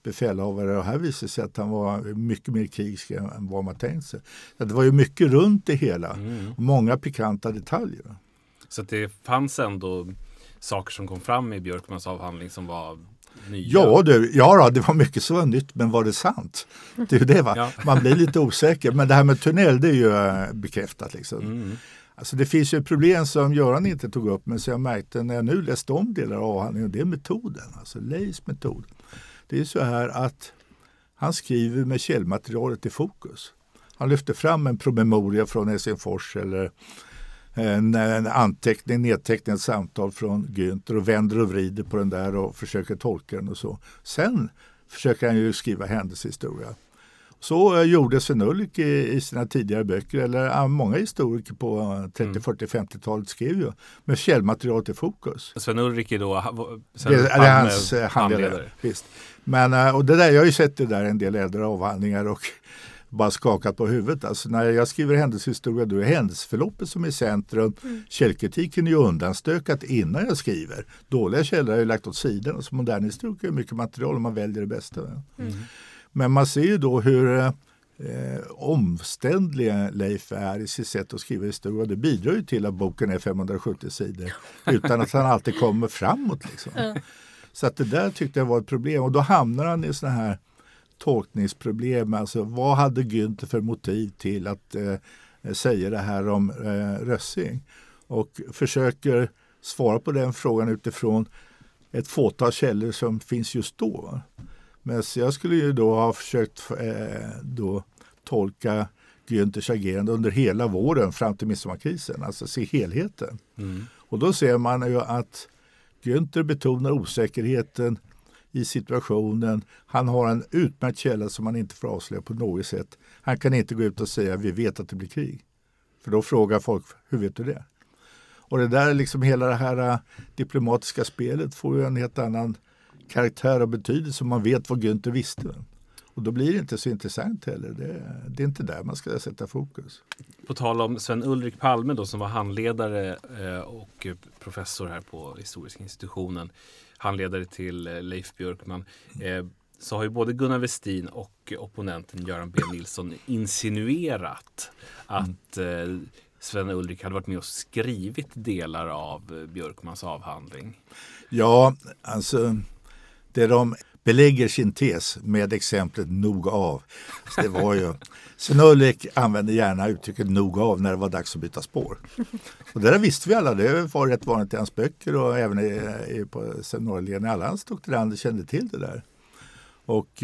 befälhavare, och här visade sig att han var mycket mer krigisk än vad man tänkte sig. Så det var ju mycket runt det hela och många pikanta detaljer. Så att det fanns ändå saker som kom fram i Björkmans avhandling som var nya? Ja, det var mycket som var nytt, men var det sant? Det är ju det, va? Ja. Man blir lite osäker, men det här med tunnel, det är ju bekräftat liksom. Alltså det finns ju ett problem som Göran inte tog upp, men så jag märkte när jag nu läste om delar av avhandlingen, det är metoden, alltså Leifs metod. Det är så här att han skriver med källmaterialet i fokus. Han lyfter fram en promemoria från Helsingfors eller en anteckning, nedteckning, ett samtal från Günther och vänder och vrider på den där och försöker tolka den och så. Sen försöker han ju skriva händelsehistoria. Så gjorde Sven Ulrik i sina tidigare böcker, eller många historiker på 30, 40, 50-talet skrev ju med källmaterialet i fokus. Sven Ulrik är då hans handledare. Visst. Men, och det där, jag har ju sett det där en del äldre avhandlingar och bara skakat på huvudet. Alltså när jag skriver händelsehistoria, då är händelseförloppet som är i centrum. Källkritiken är ju undanstökat innan jag skriver. Dåliga källor har jag lagt åt sidan. Alltså modern historia är mycket material om man väljer det bästa. Men man ser ju då hur omständliga Leif är i sitt sätt att skriva historia. Det bidrar ju till att boken är 570 sidor utan att han alltid kommer framåt. Liksom. Så att det där tyckte jag var ett problem. Och då hamnar han i såna här tolkningsproblem. Alltså vad hade Günther för motiv till att säga det här om Rössing? Och försöker svara på den frågan utifrån ett fåtal källor som finns just då. Men jag skulle ju då ha försökt tolka Günthers agerande under hela våren fram till midsommarkrisen. Alltså se helheten. Och då ser man ju att Günther betonar osäkerheten i situationen. Han har en utmärkt källa som man inte får avslöja på något sätt. Han kan inte gå ut och säga vi vet att det blir krig. För då frågar folk, hur vet du det? Och det där liksom hela det här diplomatiska spelet får ju en helt annan karaktär och betydelse om man vet vad Günther visste. Och då blir det inte så intressant heller. Det är inte där man ska sätta fokus. På tal om Sven Ulrik Palme då, som var handledare och professor här på Historiska institutionen, handledare till Leif Björkman, så har ju både Gunnar Westin och opponenten Göran B. Nilsson insinuerat att Sven Ulrik hade varit med och skrivit delar av Björkmans avhandling. Ja, alltså det de belägger sin tes med exemplet nog av. Så det var ju, Sven Ulrik använde gärna uttrycket nog av när det var dags att byta spår. Och det där visste vi alla, det var rätt vanligt i hans böcker och även på seminarieledningen. Alla hans doktorander kände till det där. Och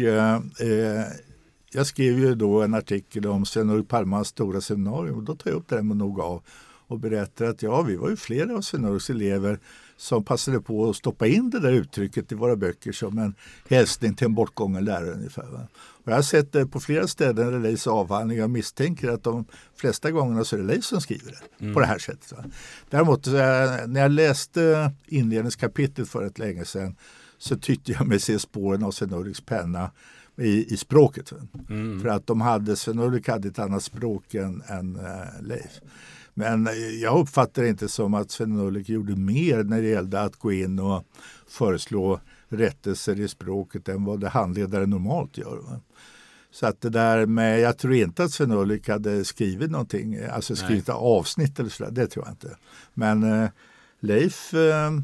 jag skrev ju då en artikel om Sven Ulrik Palmas stora seminarium och då tar jag upp det där med nog av och berättar att vi var ju flera av Sven Ulriks elever som passade på att stoppa in det där uttrycket i våra böcker som en hälsning till en bortgången lärare ungefär. Va? Och jag har sett det på flera ställen där Leifs avhandling. Jag misstänker att de flesta gångerna så är det Leif som skriver det på det här sättet. Va? Däremot när jag läste inledningskapitlet för ett länge sedan så tyckte jag mig se spåren av Sven Ulriks penna i språket. För att Sven Ulrik hade ett annat språk än Leif. Men jag uppfattar inte som att Sven Ulrik gjorde mer när det gällde att gå in och föreslå rättelser i språket än vad det handledare normalt gör. Va? Så att det där med, jag tror inte att Sven Ulrik hade skrivit någonting, alltså skrivit avsnitt eller sådär, det tror jag inte. Men Leif,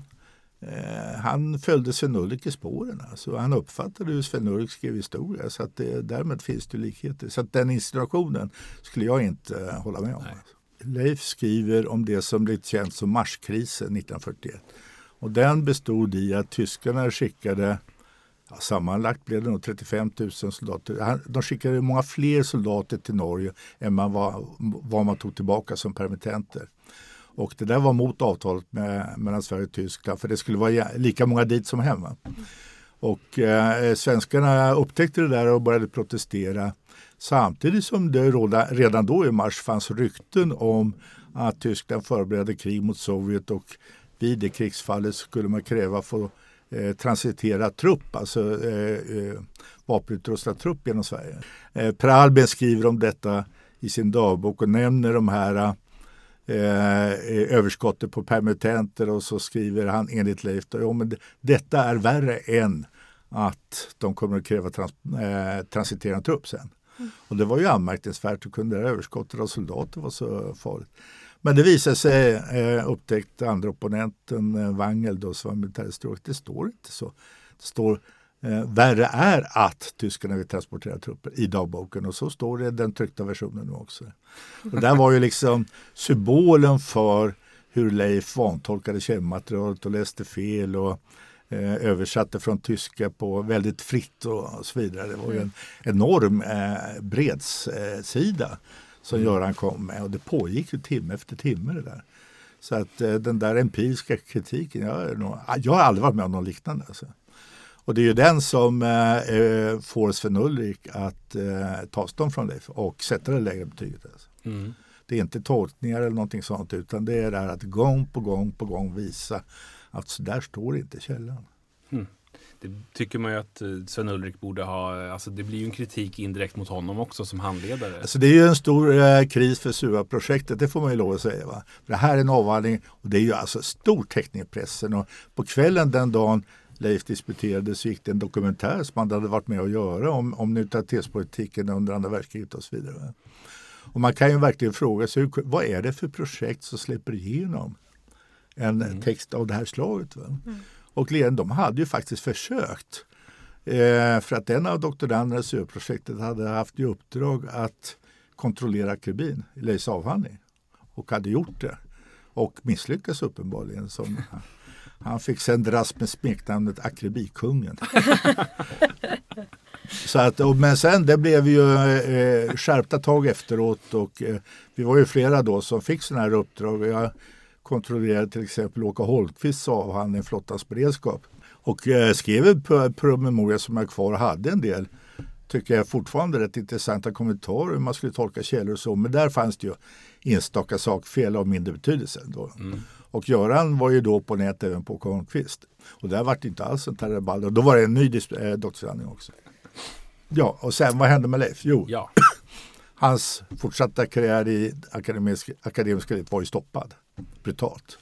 han följde Sven Ulrik i spåren. Alltså han uppfattade hur Sven Ulrik skrev historia, så att därmed finns det likheter. Så att den insinuationen skulle jag inte hålla med om. Nej. Leif skriver om det som blev känt som marskrisen 1941. Och den bestod i att tyskarna skickade, sammanlagt blev det nog 35 000 soldater. De skickade många fler soldater till Norge än vad man tog tillbaka som permittenter. Och det där var mot avtalet mellan Sverige och Tyskland, för det skulle vara lika många dit som hemma. Och svenskarna upptäckte det där och började protestera. Samtidigt som det redan då i mars fanns rykten om att Tyskland förberedde krig mot Sovjet och vid det krigsfallet skulle man kräva få transitera trupp, alltså vapenutrustad trupp genom Sverige. Per Albin skriver om detta i sin dagbok och nämner de här överskottet på permittenter och så skriver han enligt Leif men detta är värre än att de kommer att kräva transiterande trupp sen. Och det var ju anmärkningsvärt att kunna överskottet av soldater var så farligt. Men det visade sig, upptäckte andra opponenten Wangel då, som var militärhistoriker, det står inte så. Det står värre är att tyskarna vill transportera trupper i dagboken, och så står det i den tryckta versionen nu också. Och där var ju liksom symbolen för hur Leif vantolkade källmaterialet och läste fel och översatte från tyska på väldigt fritt och så vidare. Det var ju en enorm bredssida som Göran kom med, och det pågick ju timme efter timme det där. Så att den där empiriska kritiken, jag har aldrig varit med om något liknande. Alltså. Och det är ju den som får Sven Ulrik att ta avstånd från Leif och sätta det lägre betyget. Alltså. Det är inte tolkningar eller någonting sånt, utan det är det här att gång på gång visa att så där står inte källan. Det tycker man ju att Sven Ulrik borde ha, alltså det blir ju en kritik indirekt mot honom också som handledare. Alltså det är ju en stor kris för SUA-projektet, det får man ju lov att säga. Va? För det här är en avhandling och det är ju alltså stor täckning i pressen, och på kvällen den dagen Leif disputerade så gick det en dokumentär som man hade varit med att göra om neutralitetspolitiken under andra världskriget och så vidare. Va? Och man kan ju verkligen fråga sig, vad är det för projekt som släpper igenom en text av det här slaget? Va? Och de hade ju faktiskt försökt. För att en av doktoranderna i SUA-projektet hade haft i uppdrag att kontrollera akribin i Leifs avhandling. Och hade gjort det. Och misslyckas uppenbarligen. Han fick sen dras med smeknamnet akribikungen. Så att, men sen det blev ju skärpta tag efteråt. Och vi var ju flera då som fick sådana här uppdrag. Jag kontrollerade till exempel Åke Holtqvists avhandling Flottans beredskap. Och skrev en promemoria som jag kvar hade en del. Tycker jag fortfarande rätt intressanta kommentarer hur man skulle tolka källor och så. Men där fanns det ju enstaka sakfel av mindre betydelse. Då. Och Göran var ju då på nät även på Åke Holtqvist. Och där var det inte alls en terrorbalder. Och då var det en ny doktorsavhandling också. Ja, och sen vad hände med Leif? Jo, hans fortsatta karriär i akademiska livet var ju stoppad. Brutalt.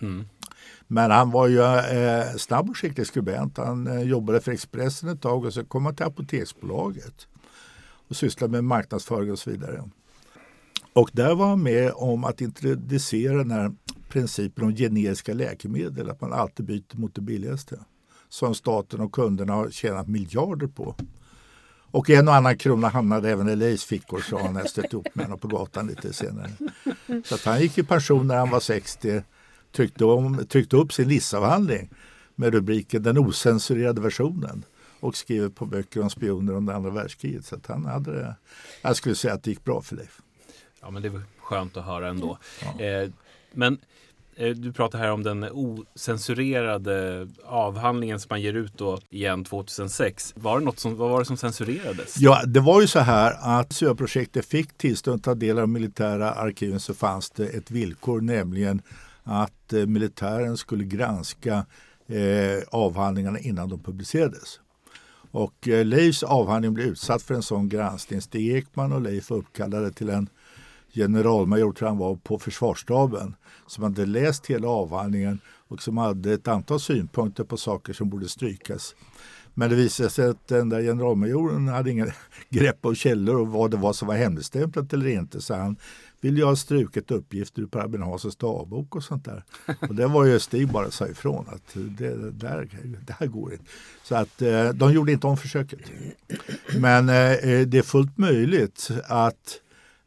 Men han var ju snabb och skicklig skribent. Han jobbade för Expressen ett tag och så kom han till Apoteksbolaget och sysslade med marknadsföring och så vidare. Och där var han med om att introducera den här principen om generiska läkemedel, att man alltid byter mot det billigaste. Som staten och kunderna har tjänat miljarder på. Och en och annan krona hamnade även i Leifs fickor, så han hade stött upp med honom på gatan lite senare. Så att han gick i pension när han var 60, tryckte upp sin livsavhandling med rubriken Den osensurerade versionen och skrev på böcker om spioner under andra världskriget. Så att han hade, jag skulle säga att det gick bra för Leif. Ja, men det var skönt att höra ändå. Men du pratar här om den osensurerade avhandlingen som man ger ut då igen 2006. Vad var det som censurerades? Ja, det var ju så här att SUA-projektet fick tillstånd att ta del av militära arkiven, så fanns det ett villkor, nämligen att militären skulle granska avhandlingarna innan de publicerades. Och Leifs avhandling blev utsatt för en sån granskning. Stig Ekman och Leif uppkallade till en generalmajor, tror han var, på försvarsstaben, som hade läst hela avhandlingen och som hade ett antal synpunkter på saker som borde strykas. Men det visade sig att den där generalmajoren hade ingen grepp av källor och vad det var som var hemligstämplat eller inte, så han ville ju ha struket uppgifter ur Per Albin Hanssons dagbok och sånt där. Och det var ju Stig bara sa ifrån att det här går inte. Så att de gjorde inte om försöket. Men det är fullt möjligt att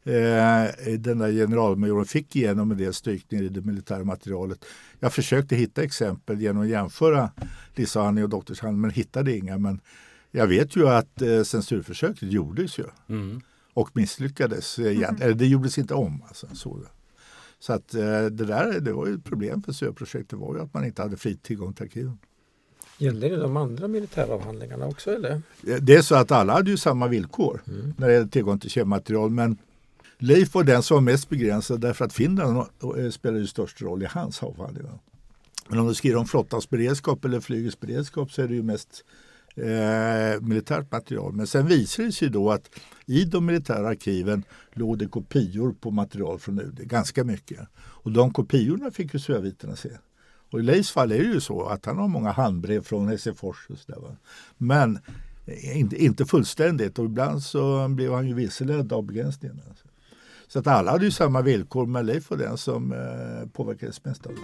den där generalmajoren fick igenom en del strykningar i det militära materialet. Jag försökte hitta exempel genom att jämföra livsavhandling och doktorsavhandling, men hittade inga. Men jag vet ju att censurförsöket gjordes ju. Och misslyckades egentligen. Eller det gjordes inte om. Alltså, så att det var ju ett problem för SUA-projektet, var ju att man inte hade fri tillgång till arkiven. Gällde det de andra militäravhandlingarna också, eller? Det är så att alla hade ju samma villkor när det gällde tillgång till källmaterial, men Leif var den som var mest begränsad därför att Finland spelade ju störst roll i hans avhandling. Men om du skriver om flottans beredskap eller flygets beredskap så är det ju mest militärt material. Men sen visade det sig då att i de militära arkiven låg det kopior på material från UD, ganska mycket. Och de kopiorna fick ju SUA-viterna se. Och i Leifs fall är det ju så att han har många handbrev från Helsingfors. Och så där, va? Men inte fullständigt, och ibland så blev han ju vilseledd av begränsningarna. Så att alla hade ju samma villkor, men Leif var den som påverkades mest av det.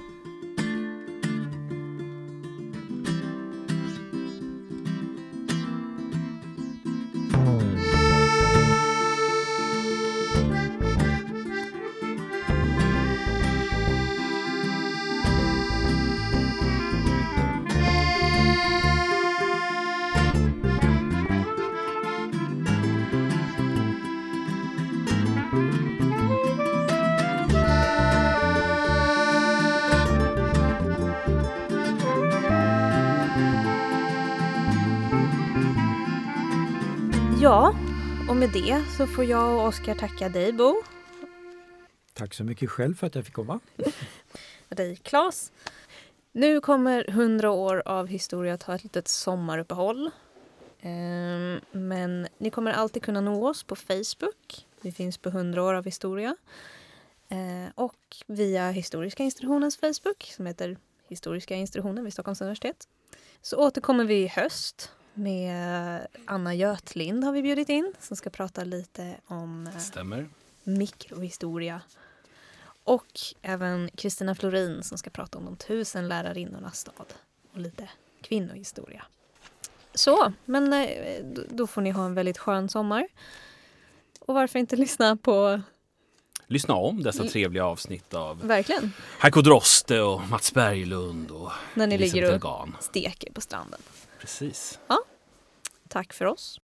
Ja, och med det så får jag och Oskar tacka dig, Bo. Tack så mycket själv för att jag fick komma. Och dig, Claes. Nu kommer 100 år av historia att ha ett litet sommaruppehåll. Men ni kommer alltid kunna nå oss på Facebook. Vi finns på 100 år av historia. Och via Historiska institutionens Facebook som heter Historiska institutionen vid Stockholms universitet. Så återkommer vi i höst med Anna Götlind har vi bjudit in som ska prata lite om mikrohistoria. Och även Kristina Florin som ska prata om de 1000 lärarinnornas stad och lite kvinnohistoria. Så, men då får ni ha en väldigt skön sommar. Och varför inte lyssna om dessa trevliga avsnitt av verkligen Heiko Droste och Mats Berglund och när ni Elisabeth ligger och Delgan. steker på stranden. Precis. Ja, tack för oss.